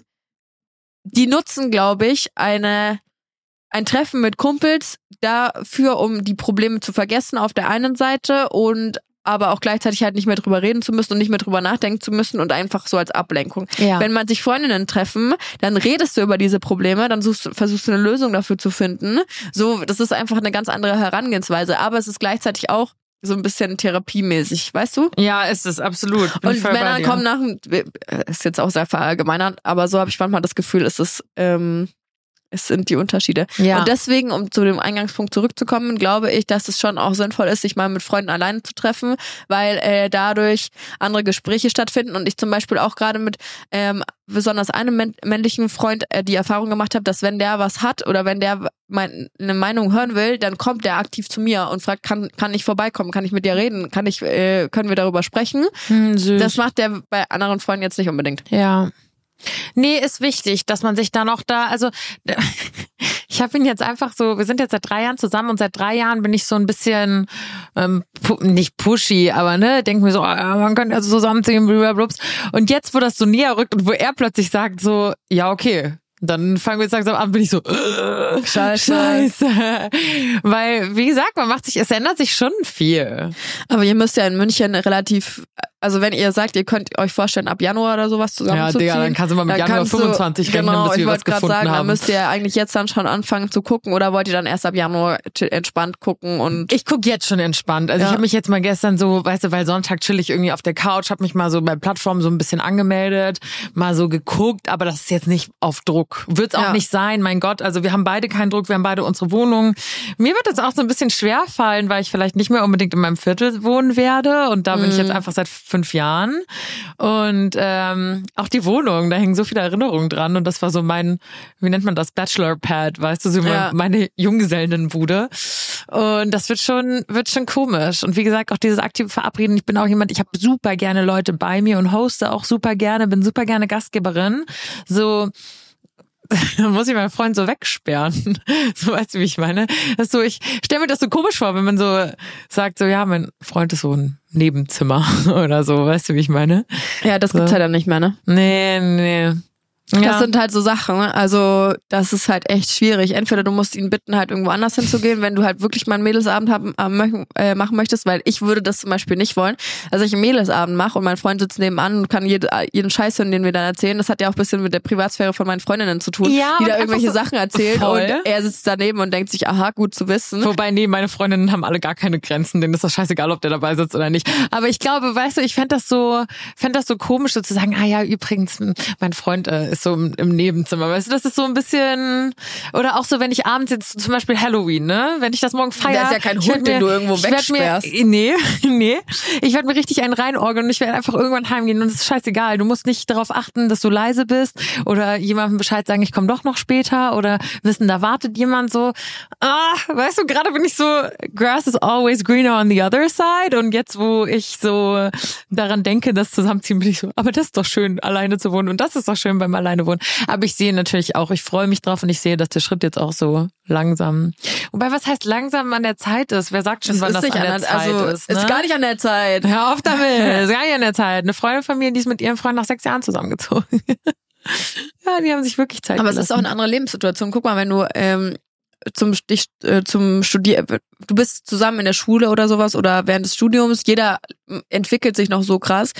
die nutzen, glaube ich, eine ein Treffen mit Kumpels dafür, um die Probleme zu vergessen auf der einen Seite und aber auch gleichzeitig halt nicht mehr drüber reden zu müssen und nicht mehr drüber nachdenken zu müssen und einfach so als Ablenkung. Ja. Wenn man sich Freundinnen treffen, dann redest du über diese Probleme, dann suchst, versuchst du eine Lösung dafür zu finden. So, das ist einfach eine ganz andere Herangehensweise, aber es ist gleichzeitig auch so ein bisschen therapiemäßig, weißt du? Ja, ist es, absolut. Bin Und voll bei Männer dir. kommen nach, ist jetzt auch sehr verallgemeinert, aber so habe ich manchmal das Gefühl, es ist, ähm, es sind die Unterschiede. Ja. Und deswegen, um zu dem Eingangspunkt zurückzukommen, glaube ich, dass es schon auch sinnvoll ist, sich mal mit Freunden alleine zu treffen, weil äh, dadurch andere Gespräche stattfinden und ich zum Beispiel auch gerade mit ähm, besonders einem männ- männlichen Freund äh, die Erfahrung gemacht habe, dass wenn der was hat oder wenn der mein, eine Meinung hören will, dann kommt der aktiv zu mir und fragt, kann kann ich vorbeikommen, kann ich mit dir reden, kann ich äh, können wir darüber sprechen? Hm, süß. Das macht der bei anderen Freunden jetzt nicht unbedingt. Ja. Nee, ist wichtig, dass man sich dann auch da, also ich habe ihn jetzt einfach so, wir sind jetzt seit drei Jahren zusammen und seit drei Jahren bin ich so ein bisschen, ähm, pu- nicht pushy, aber ne, denke mir so, ah, man könnte also zusammenziehen, blablabla. Und jetzt, wo das so näher rückt und wo er plötzlich sagt so, ja okay, dann fangen wir jetzt langsam an, bin ich so, äh, Scheiße. Scheiße. Weil, wie gesagt, man macht sich, es ändert sich schon viel. Aber ihr müsst ja in München relativ, also wenn ihr sagt, ihr könnt euch vorstellen, ab Januar oder sowas zusammenzuziehen. Ja, Digga, dann kannst du mal mit dann Januar kannst du- fünfundzwanzig rechnen, genau, bis wir ich was wollte gerade gefunden sagen, haben. dann müsst ihr eigentlich jetzt dann schon anfangen zu gucken oder wollt ihr dann erst ab Januar t- entspannt gucken und Ich guck jetzt schon entspannt. Also Ja. ich habe mich jetzt mal gestern so, weißt du, weil Sonntag chill ich irgendwie auf der Couch, habe mich mal so bei Plattformen so ein bisschen angemeldet, mal so geguckt, aber das ist jetzt nicht auf Druck. Wird's auch Ja. nicht sein, mein Gott. Also wir haben beide keinen Druck, wir haben beide unsere Wohnung. Mir wird es auch so ein bisschen schwer fallen, weil ich vielleicht nicht mehr unbedingt in meinem Viertel wohnen werde und da bin ich jetzt einfach seit fünf Jahren. Und ähm, auch die Wohnung, da hängen so viele Erinnerungen dran und das war so mein, wie nennt man das, Bachelor-Pad, weißt du, so Ja. meine Junggesellenbude. Und das wird schon, wird schon komisch. Und wie gesagt, auch dieses aktive Verabreden. Ich bin auch jemand, ich habe super gerne Leute bei mir und hoste auch super gerne, bin super gerne Gastgeberin. So, da muss ich meinen Freund so wegsperren. So, weißt du, wie ich meine? Das ist so, ich stelle mir das so komisch vor, wenn man so sagt, so, ja, mein Freund ist so ein Nebenzimmer oder so, weißt du, wie ich meine? ja, das So. gibt's halt dann nicht mehr, ne? Nee, nee. Das Ja. sind halt so Sachen, also das ist halt echt schwierig. Entweder du musst ihn bitten, halt irgendwo anders hinzugehen, wenn du halt wirklich mal einen Mädelsabend haben, äh, machen möchtest, weil ich würde das zum Beispiel nicht wollen, dass ich einen Mädelsabend mache und mein Freund sitzt nebenan und kann jede, jeden Scheiß hören, den wir dann erzählen. Das hat ja auch ein bisschen mit der Privatsphäre von meinen Freundinnen zu tun, Ja, die und da einfach irgendwelche so Sachen erzählen voll. und er sitzt daneben und denkt sich, aha, gut zu wissen. Wobei, nee, meine Freundinnen haben alle gar keine Grenzen, denen ist das scheißegal, ob der dabei sitzt oder nicht. Aber ich glaube, weißt du, ich fände das so, fänd das so komisch, so zu sagen, ah ja, übrigens, mein Freund äh, ist so im, im Nebenzimmer, weißt du, das ist so ein bisschen, oder auch so, wenn ich abends jetzt zum Beispiel Halloween, ne, wenn ich das morgen feiere. Der ist ja kein ich werd Hund, den du irgendwo ich werd wegsperrst. Mir, nee, nee. Ich werde mir richtig einen reinorgeln und ich werde einfach irgendwann heimgehen und es ist scheißegal. Du musst nicht darauf achten, dass du leise bist oder jemandem Bescheid sagen, ich komme doch noch später oder wissen, da wartet jemand so. Ah, weißt du, gerade bin ich so, grass is always greener on the other side und jetzt, wo ich so daran denke, das zusammenziehen, bin ich so, aber das ist doch schön, alleine zu wohnen und das ist doch schön beim Alleine wohnen. Aber ich sehe natürlich auch, ich freue mich drauf und ich sehe, dass der Schritt jetzt auch so langsam, wobei was heißt langsam an der Zeit ist? Wer sagt schon, Das wann ist das nicht an der an der- Zeit also, ist? Ne? ist gar nicht an der Zeit. Hör auf damit, ist gar nicht an der Zeit. Eine Freundin von mir, die ist mit ihrem Freund nach sechs Jahren zusammengezogen. Ja, die haben sich wirklich Zeit Aber es ist auch gelassen. eine andere Lebenssituation. Guck mal, wenn du ähm, zum dich, äh, zum Studier, du bist zusammen in der Schule oder sowas oder während des Studiums, jeder entwickelt sich noch so krass.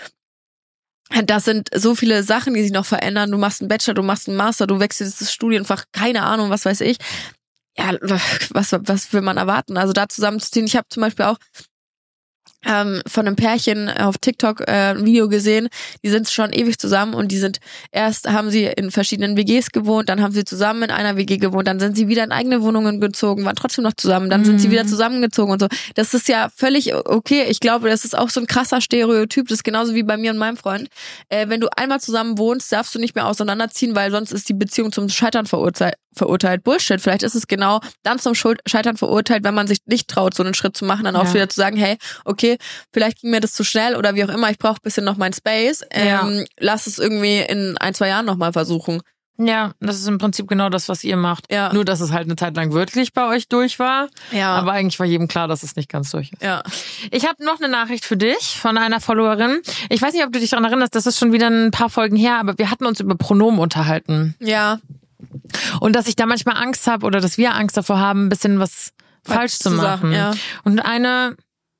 Das sind so viele Sachen, die sich noch verändern. Du machst einen Bachelor, du machst einen Master, du wechselst das Studienfach, keine Ahnung, was weiß ich. Ja, was was will man erwarten? Also da zusammenzuziehen. Ich habe zum Beispiel auch ähm, von einem Pärchen auf TikTok äh, ein Video gesehen, die sind schon ewig zusammen und die sind, erst haben sie in verschiedenen W Gs gewohnt, dann haben sie zusammen in einer W G gewohnt, dann sind sie wieder in eigene Wohnungen gezogen, waren trotzdem noch zusammen, dann sind sie wieder zusammengezogen und so. Das ist ja völlig okay. Ich glaube, das ist auch so ein krasser Stereotyp, das ist genauso wie bei mir und meinem Freund. Äh, wenn du einmal zusammen wohnst, darfst du nicht mehr auseinanderziehen, weil sonst ist die Beziehung zum Scheitern verurteilt. verurteilt. Bullshit. Vielleicht ist es genau dann zum Scheitern verurteilt, wenn man sich nicht traut, so einen Schritt zu machen, dann auch Ja. wieder zu sagen, hey, okay, vielleicht ging mir das zu schnell oder wie auch immer, ich brauche ein bisschen noch mein Space. Ähm, Ja. Lass es irgendwie in ein, zwei Jahren nochmal versuchen. Ja, das ist im Prinzip genau das, was ihr macht. Ja. Nur, dass es halt eine Zeit lang wirklich bei euch durch war. Ja. Aber eigentlich war jedem klar, dass es nicht ganz durch ist. Ja. Ich habe noch eine Nachricht für dich von einer Followerin. Ich weiß nicht, ob du dich daran erinnerst, das ist schon wieder ein paar Folgen her, aber wir hatten uns über Pronomen unterhalten. Ja. Und dass ich da manchmal Angst habe oder dass wir Angst davor haben, ein bisschen was falsch zu zu machen. sagen, ja. Und eine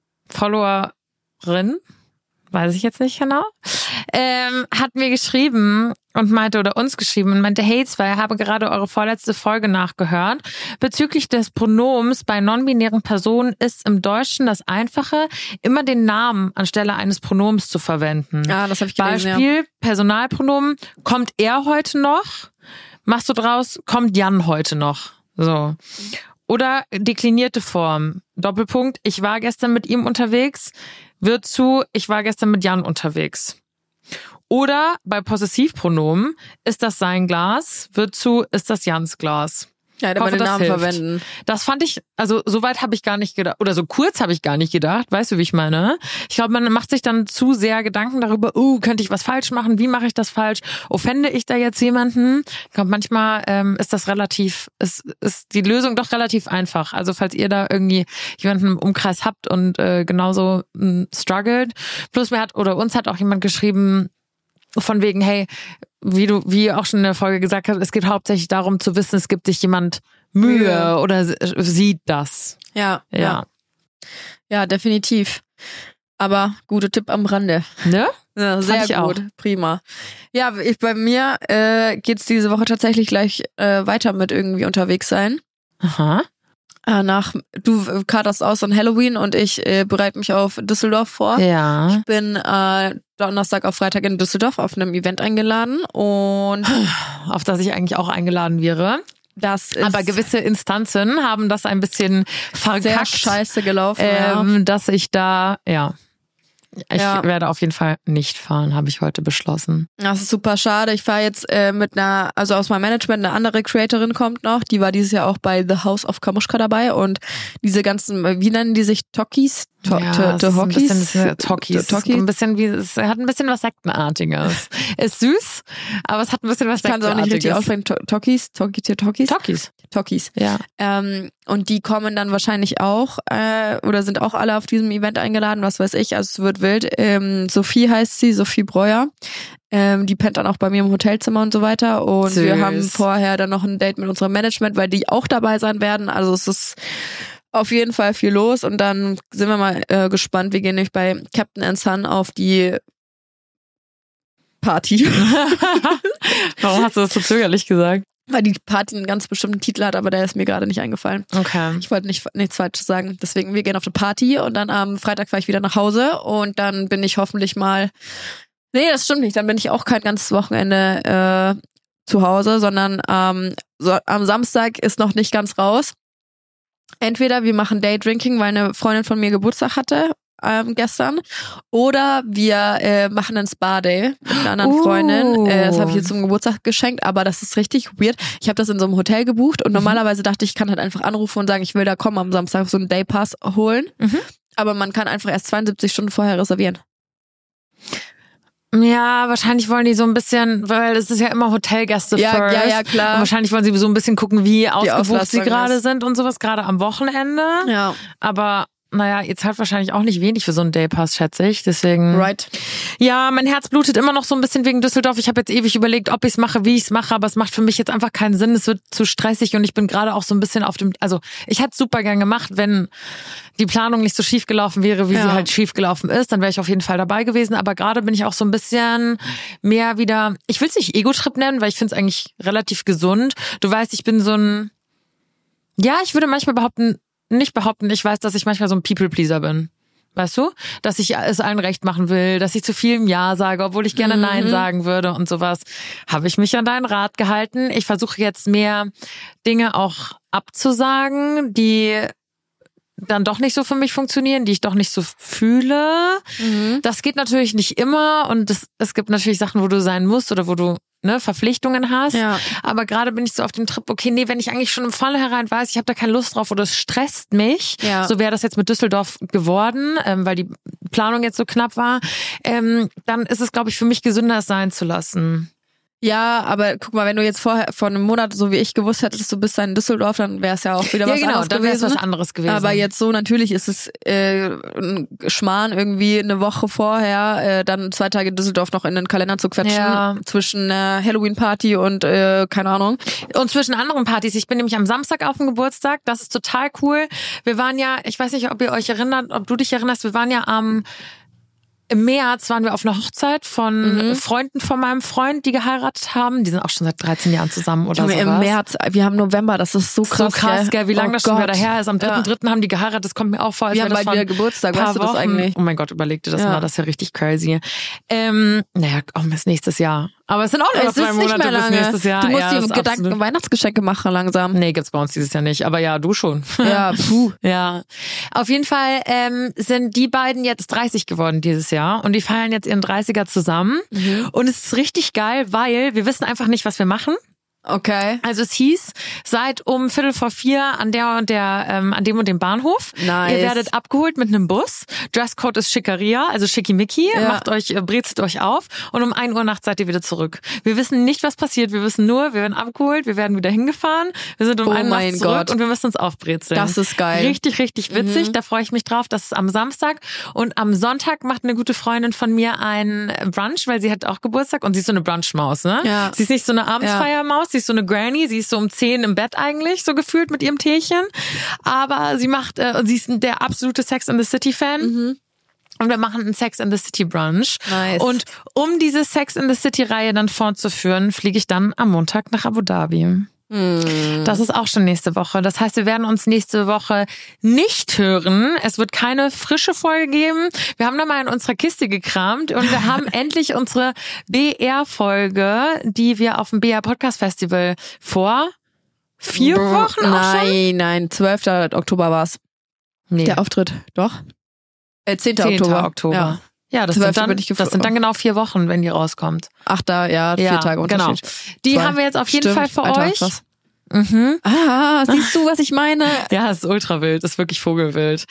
Followerin, weiß ich jetzt nicht genau, ähm, hat mir geschrieben und meinte, oder uns geschrieben und meinte, hey, zwei, habe gerade eure vorletzte Folge nachgehört. Bezüglich des Pronoms bei non-binären Personen ist im Deutschen das Einfache, immer den Namen anstelle eines Pronoms zu verwenden. Ja, das habe ich gelesen, Beispiel, ja. Personalpronomen, kommt er heute noch? Machst du draus, kommt Jan heute noch? So. Oder deklinierte Form. Doppelpunkt, ich war gestern mit ihm unterwegs, wird zu, ich war gestern mit Jan unterwegs. Oder bei Possessivpronomen, ist das sein Glas, wird zu, ist das Jans Glas. Ja, Ich immer hoffe, den das Namen hilft. verwenden. Das fand ich, also so weit habe ich gar nicht gedacht, oder so kurz habe ich gar nicht gedacht, weißt du, wie ich meine? Ich glaube, man macht sich dann zu sehr Gedanken darüber, uh, könnte ich was falsch machen, wie mache ich das falsch, offende ich da jetzt jemanden? Ich glaube, manchmal ähm, ist das relativ, ist, ist die Lösung doch relativ einfach. Also falls ihr da irgendwie jemanden im Umkreis habt und äh, genauso mh, struggelt, plus mir hat, oder uns hat auch jemand geschrieben, von wegen, hey, wie du, wie auch schon in der Folge gesagt hast, es geht hauptsächlich darum zu wissen, es gibt sich jemand Mühe, Mühe. oder sieht das. Ja, Ja. ja. Ja, definitiv. Aber guter Tipp am Rande. Ne? Ja, sehr ich gut, auch. prima. Ja, ich, bei mir äh, geht's diese Woche tatsächlich gleich äh, weiter mit irgendwie unterwegs sein. Aha. Äh, nach du äh, katerst aus an Halloween und ich äh, bereite mich auf Düsseldorf vor. Ja. Ich bin äh, Donnerstag auf Freitag in Düsseldorf auf einem Event eingeladen und Auf das ich eigentlich auch eingeladen wäre. das ist Aber gewisse Instanzen haben das ein bisschen sehr verkackt. scheiße gelaufen. ähm, dass ich da, ja. Ich Ja. werde auf jeden Fall nicht fahren, habe ich heute beschlossen. ja. Das ist super schade. Ich fahre jetzt äh, mit einer, also aus meinem Management, eine andere Creatorin kommt noch. Die war dieses Jahr auch bei The House of Kamushka dabei und diese ganzen, wie nennen die sich, Tokis? To- ja, to- es ist ein Tohokis. bisschen, das ist Tokis. To- Tokis. Ein bisschen wie, es hat ein bisschen was Sektenartiges. Ist süß, aber es hat ein bisschen was Ich kann es auch nicht richtig Sektenartiges. aussprechen. To- Tokis, Tokis, Tokis. Tokis. Tokis. Ja. Ähm, und die kommen dann wahrscheinlich auch äh, oder sind auch alle auf diesem Event eingeladen, was weiß ich. Also es wird wild. Ähm, Sophie heißt sie, Sophie Breuer. Ähm, die pennt dann auch bei mir im Hotelzimmer und so weiter. Und Süß. wir haben vorher dann noch ein Date mit unserem Management, weil die auch dabei sein werden. Also es ist auf jeden Fall viel los. Und dann sind wir mal äh, gespannt. Wir gehen nämlich bei Captain and Son auf die Party. Warum hast du das so zögerlich gesagt? Weil die Party einen ganz bestimmten Titel hat, aber der ist mir gerade nicht eingefallen. Okay. Ich wollte nicht, nichts Falsches sagen. Deswegen, wir gehen auf eine Party und dann am Freitag fahre ich wieder nach Hause und dann bin ich hoffentlich mal... Nee, das stimmt nicht. Dann bin ich auch kein ganzes Wochenende äh, zu Hause, sondern ähm, so, am Samstag ist noch nicht ganz raus. Entweder wir machen Daydrinking, weil eine Freundin von mir Geburtstag hatte ähm, gestern, oder wir äh, machen einen Spa-Day mit einer anderen Uh. Freundin. Äh, das habe ich ihr zum Geburtstag geschenkt, aber das ist richtig weird. Ich habe das in so einem Hotel gebucht und normalerweise dachte ich, ich kann halt einfach anrufen und sagen, ich will da kommen am Samstag, so einen Daypass holen. Mhm. Aber man kann einfach erst zweiundsiebzig Stunden vorher reservieren. Ja, wahrscheinlich wollen die so ein bisschen, weil es ist ja immer Hotelgäste Ja, first. ja, ja, klar. Und wahrscheinlich wollen sie so ein bisschen gucken, wie ausgebucht sie Auslastung gerade ist. sind und sowas, gerade am Wochenende. Ja. Aber naja, ihr zahlt wahrscheinlich auch nicht wenig für so einen Daypass, schätze ich. Deswegen. Right. Ja, mein Herz blutet immer noch so ein bisschen wegen Düsseldorf. Ich habe jetzt ewig überlegt, ob ich es mache, wie ich es mache, aber es macht für mich jetzt einfach keinen Sinn. Es wird zu stressig und ich bin gerade auch so ein bisschen auf dem, also ich hätte es super gern gemacht, wenn die Planung nicht so schief gelaufen wäre, wie Ja. sie halt schief gelaufen ist, dann wäre ich auf jeden Fall dabei gewesen. Aber gerade bin ich auch so ein bisschen mehr wieder, ich will es nicht Ego-Trip nennen, weil ich finde es eigentlich relativ gesund. Du weißt, ich bin so ein, ja, ich würde manchmal behaupten, nicht behaupten, ich weiß, dass ich manchmal so ein People-Pleaser bin. Weißt du? Dass ich es allen recht machen will, dass ich zu vielem Ja sage, obwohl ich gerne Nein sagen würde und sowas. Habe ich mich an deinen Rat gehalten. Ich versuche jetzt mehr Dinge auch abzusagen, die dann doch nicht so für mich funktionieren, die ich doch nicht so fühle. Mhm. Das geht natürlich nicht immer und es, es gibt natürlich Sachen, wo du sein musst oder wo du ne, Verpflichtungen hast. Ja. Aber gerade bin ich so auf dem Trip, okay, nee, wenn ich eigentlich schon im Vornherein weiß, ich habe da keine Lust drauf oder es stresst mich, Ja. so wäre das jetzt mit Düsseldorf geworden, ähm, weil die Planung jetzt so knapp war, ähm, dann ist es, glaube ich, für mich gesünder, es sein zu lassen. Ja, aber guck mal, wenn du jetzt vorher vor einem Monat, so wie ich gewusst hättest, du bist da in Düsseldorf, dann wäre es ja auch wieder Ja, was genau, anderes dann wäre es gewesen. was anderes gewesen. Aber jetzt so, natürlich ist es äh, ein Schmarrn, irgendwie eine Woche vorher äh, dann zwei Tage Düsseldorf noch in den Kalender zu quetschen, Ja. zwischen äh, Halloween-Party und äh, keine Ahnung. Und zwischen anderen Partys. Ich bin nämlich am Samstag auf dem Geburtstag. Das ist total cool. Wir waren ja, ich weiß nicht, ob ihr euch erinnert, ob du dich erinnerst, wir waren ja am im März waren wir auf einer Hochzeit von Mhm. Freunden von meinem Freund, die geheiratet haben. Die sind auch schon seit dreizehn Jahren zusammen oder Junge, sowas. Im März, wir haben November, das ist so krass. So krass, gell, wie lange oh das schon Gott. wieder her ist. Am dritten Ja. dritten haben die geheiratet. Das kommt mir auch vor, als Wir wäre haben das bald von wieder Geburtstag, paar weißt du das Wochen. eigentlich? Oh mein Gott, überleg dir das Ja. mal, das ist ja richtig crazy. Ähm, naja, oh, bis nächstes Jahr. Aber es sind auch nur noch Es zwei ist nicht Monate mehr bis lange. nächstes Jahr. Du musst ja, dir ist Gedanken absolut- Weihnachtsgeschenke machen langsam. Nee, gibt's bei uns dieses Jahr nicht. Aber ja, du schon. Ja, puh. Ja, auf jeden Fall ähm, sind die beiden jetzt dreißig geworden dieses Jahr und die feiern jetzt ihren dreißiger zusammen. Mhm. Und es ist richtig geil, weil wir wissen einfach nicht, was wir machen. Okay. Also es hieß, seid um Viertel vor vier an der und der, ähm, an dem und dem Bahnhof. Nice. Ihr werdet abgeholt mit einem Bus. Dresscode ist Schickeria, also Schickimicki. Ja. Macht euch, äh, brezelt euch auf und um ein Uhr nachts seid ihr wieder zurück. Wir wissen nicht, was passiert. Wir wissen nur, wir werden abgeholt, wir werden wieder hingefahren. Wir sind um Oh ein Uhr mein nachts zurück Gott. und wir müssen uns aufbrezeln. Das ist geil. Richtig, richtig witzig. Mhm. Da freue ich mich drauf. Das ist am Samstag. Und am Sonntag macht eine gute Freundin von mir einen Brunch, weil sie hat auch Geburtstag und sie ist so eine Brunchmaus, ne? Ja. Sie ist nicht so eine Abendsfeiermaus, sie ist so eine Granny. Sie ist so um zehn im Bett eigentlich, so gefühlt mit ihrem Teechen. Aber sie macht, äh, sie ist der absolute Sex and the City Fan. Mhm. Und wir machen einen Sex and the City Brunch. Nice. Und um diese Sex and the City Reihe dann fortzuführen, fliege ich dann am Montag nach Abu Dhabi. Hm. Das ist auch schon nächste Woche. Das heißt, wir werden uns nächste Woche nicht hören. Es wird keine frische Folge geben. Wir haben da mal in unserer Kiste gekramt und wir haben endlich unsere B R-Folge, die wir auf dem B R Podcast Festival vor vier Wochen auch schon. Nein, nein, zwölfter Oktober war's. Nee, Der Auftritt, doch? Äh, zehnter zehnter Oktober. Oktober. Ja. Ja, das zwölfter sind, dann, bin ich gefl- das sind dann genau vier Wochen, wenn die rauskommt. Achter, ja, vier Ja, Tage genau. Unterschied. Die Zwei. haben wir jetzt auf jeden Stimmt, Fall für Alter, euch. krass. Mhm. Ah, siehst du, was ich meine? Ja, es ist ultra wild, es ist wirklich vogelwild.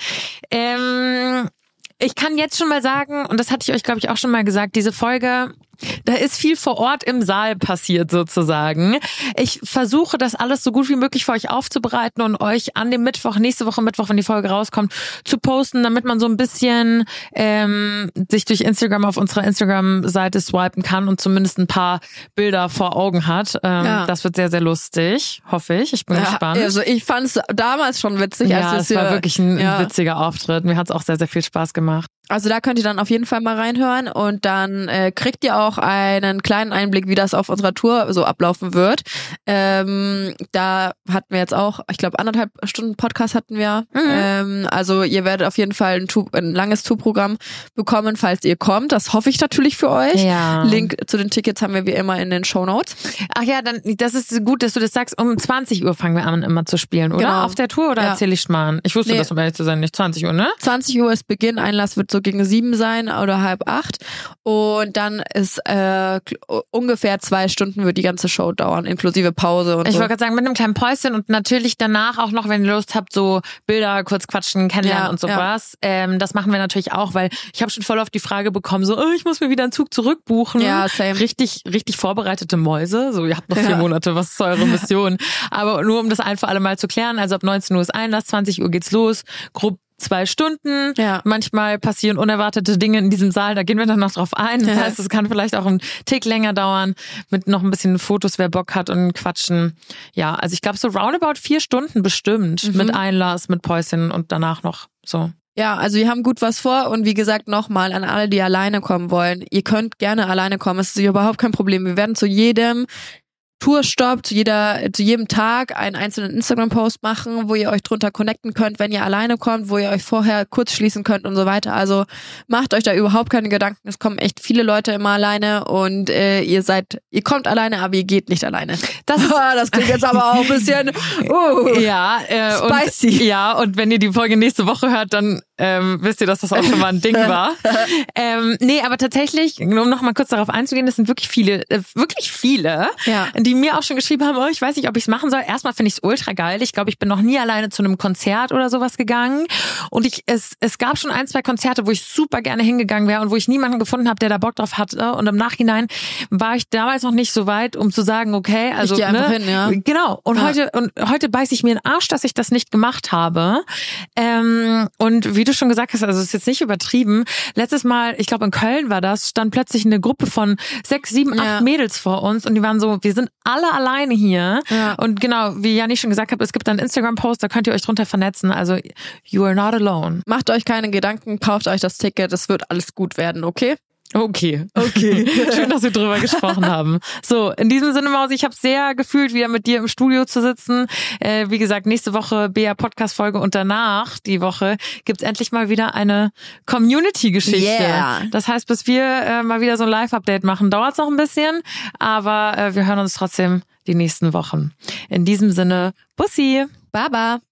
Ähm, ich kann jetzt schon mal sagen, und das hatte ich euch, glaube ich, auch schon mal gesagt, diese Folge, da ist viel vor Ort im Saal passiert sozusagen. Ich versuche, das alles so gut wie möglich für euch aufzubereiten und euch an dem Mittwoch, nächste Woche Mittwoch, wenn die Folge rauskommt, zu posten, damit man so ein bisschen ähm, sich durch Instagram auf unserer Instagram-Seite swipen kann und zumindest ein paar Bilder vor Augen hat. Ähm, Ja. Das wird sehr, sehr lustig, hoffe ich. Ich bin Ja, gespannt. also ich fand es damals schon witzig. Ja, als es wir war hier- wirklich ein, ja. ein witziger Auftritt. Mir hat es auch sehr, sehr viel Spaß gemacht. Also da könnt ihr dann auf jeden Fall mal reinhören und dann äh, kriegt ihr auch einen kleinen Einblick, wie das auf unserer Tour so ablaufen wird. Ähm, da hatten wir jetzt auch, ich glaube, anderthalb Stunden Podcast hatten wir. Mhm. Ähm, also ihr werdet auf jeden Fall ein, Tour, ein langes Tourprogramm bekommen, falls ihr kommt. Das hoffe ich natürlich für euch. Ja. Link zu den Tickets haben wir wie immer in den Shownotes. Ach ja, dann das ist gut, dass du das sagst. Um zwanzig Uhr fangen wir an, immer zu spielen, oder? Genau. Auf der Tour oder Ja. erzähle ich Schmarrn? Ich wusste Nee. das, um ehrlich zu sein, nicht. zwanzig Uhr, ne? zwanzig Uhr ist Beginn, Einlass wird so gegen sieben sein oder halb acht und dann ist äh, kl- ungefähr zwei Stunden wird die ganze Show dauern, inklusive Pause und Ich so. wollte gerade sagen, mit einem kleinen Päuschen und natürlich danach auch noch, wenn ihr Lust habt, so Bilder kurz quatschen, kennenlernen Ja, und sowas. Ähm, das machen wir natürlich auch, weil ich habe schon voll oft die Frage bekommen, so, oh, ich muss mir wieder einen Zug zurückbuchen. Ja, same. Richtig, richtig vorbereitete Mäuse. So, ihr habt noch vier Ja. Monate, was ist eure Mission? Aber nur um das ein für alle Mal zu klären, also ab neunzehn Uhr ist Einlass, zwanzig Uhr geht's los, grob zwei Stunden. Ja. Manchmal passieren unerwartete Dinge in diesem Saal, da gehen wir dann noch drauf ein. Das Ja. heißt, es kann vielleicht auch einen Tick länger dauern, mit noch ein bisschen Fotos, wer Bock hat und quatschen. Ja, also ich glaube so roundabout vier Stunden bestimmt Mhm. mit Einlass, mit Päuschen und danach noch so. Ja, also wir haben gut was vor und wie gesagt nochmal an alle, die alleine kommen wollen. Ihr könnt gerne alleine kommen, es ist überhaupt kein Problem. Wir werden zu jedem Tourstopp, zu jeder, zu jedem Tag einen einzelnen Instagram-Post machen, wo ihr euch drunter connecten könnt, wenn ihr alleine kommt, wo ihr euch vorher kurz schließen könnt und so weiter. Also macht euch da überhaupt keine Gedanken. Es kommen echt viele Leute immer alleine und äh, ihr seid, ihr kommt alleine, aber ihr geht nicht alleine. Das ist das klingt jetzt aber auch ein bisschen uh, ja, äh, spicy. Und, ja, und wenn ihr die Folge nächste Woche hört, dann ähm, wisst ihr, dass das auch schon mal ein Ding war. ähm, nee, aber tatsächlich, um noch mal kurz darauf einzugehen, das sind wirklich viele, äh, wirklich viele, Ja. die mir auch schon geschrieben haben, oh, ich weiß nicht, ob ich es machen soll. Erstmal finde ich es ultra geil. Ich glaube, ich bin noch nie alleine zu einem Konzert oder sowas gegangen. Und ich es es gab schon ein, zwei Konzerte, wo ich super gerne hingegangen wäre und wo ich niemanden gefunden habe, der da Bock drauf hatte. Und im Nachhinein war ich damals noch nicht so weit, um zu sagen, okay, also Ich geh einfach ne, hin, ja. Genau. Und Ja. heute und heute beiß ich mir den Arsch, dass ich das nicht gemacht habe. Ähm, und wie du schon gesagt hast, also es ist jetzt nicht übertrieben. Letztes Mal, ich glaube in Köln war das, stand plötzlich eine Gruppe von sechs, sieben, Ja. acht Mädels vor uns und die waren so, wir sind alle alleine hier. Ja. Und genau, wie Janni schon gesagt hat, es gibt einen Instagram-Post, da könnt ihr euch drunter vernetzen. Also you are not alone. Macht euch keine Gedanken, kauft euch das Ticket, es wird alles gut werden, okay? Okay, okay. Schön, dass wir drüber gesprochen haben. So, in diesem Sinne, Mausi, ich habe sehr gefühlt, wieder mit dir im Studio zu sitzen. Äh, wie gesagt, nächste Woche B A Podcast-Folge und danach, die Woche, gibt's endlich mal wieder eine Community-Geschichte. Yeah. Das heißt, bis wir äh, mal wieder so ein Live-Update machen, dauert's noch ein bisschen, aber äh, wir hören uns trotzdem die nächsten Wochen. In diesem Sinne, Bussi! Baba!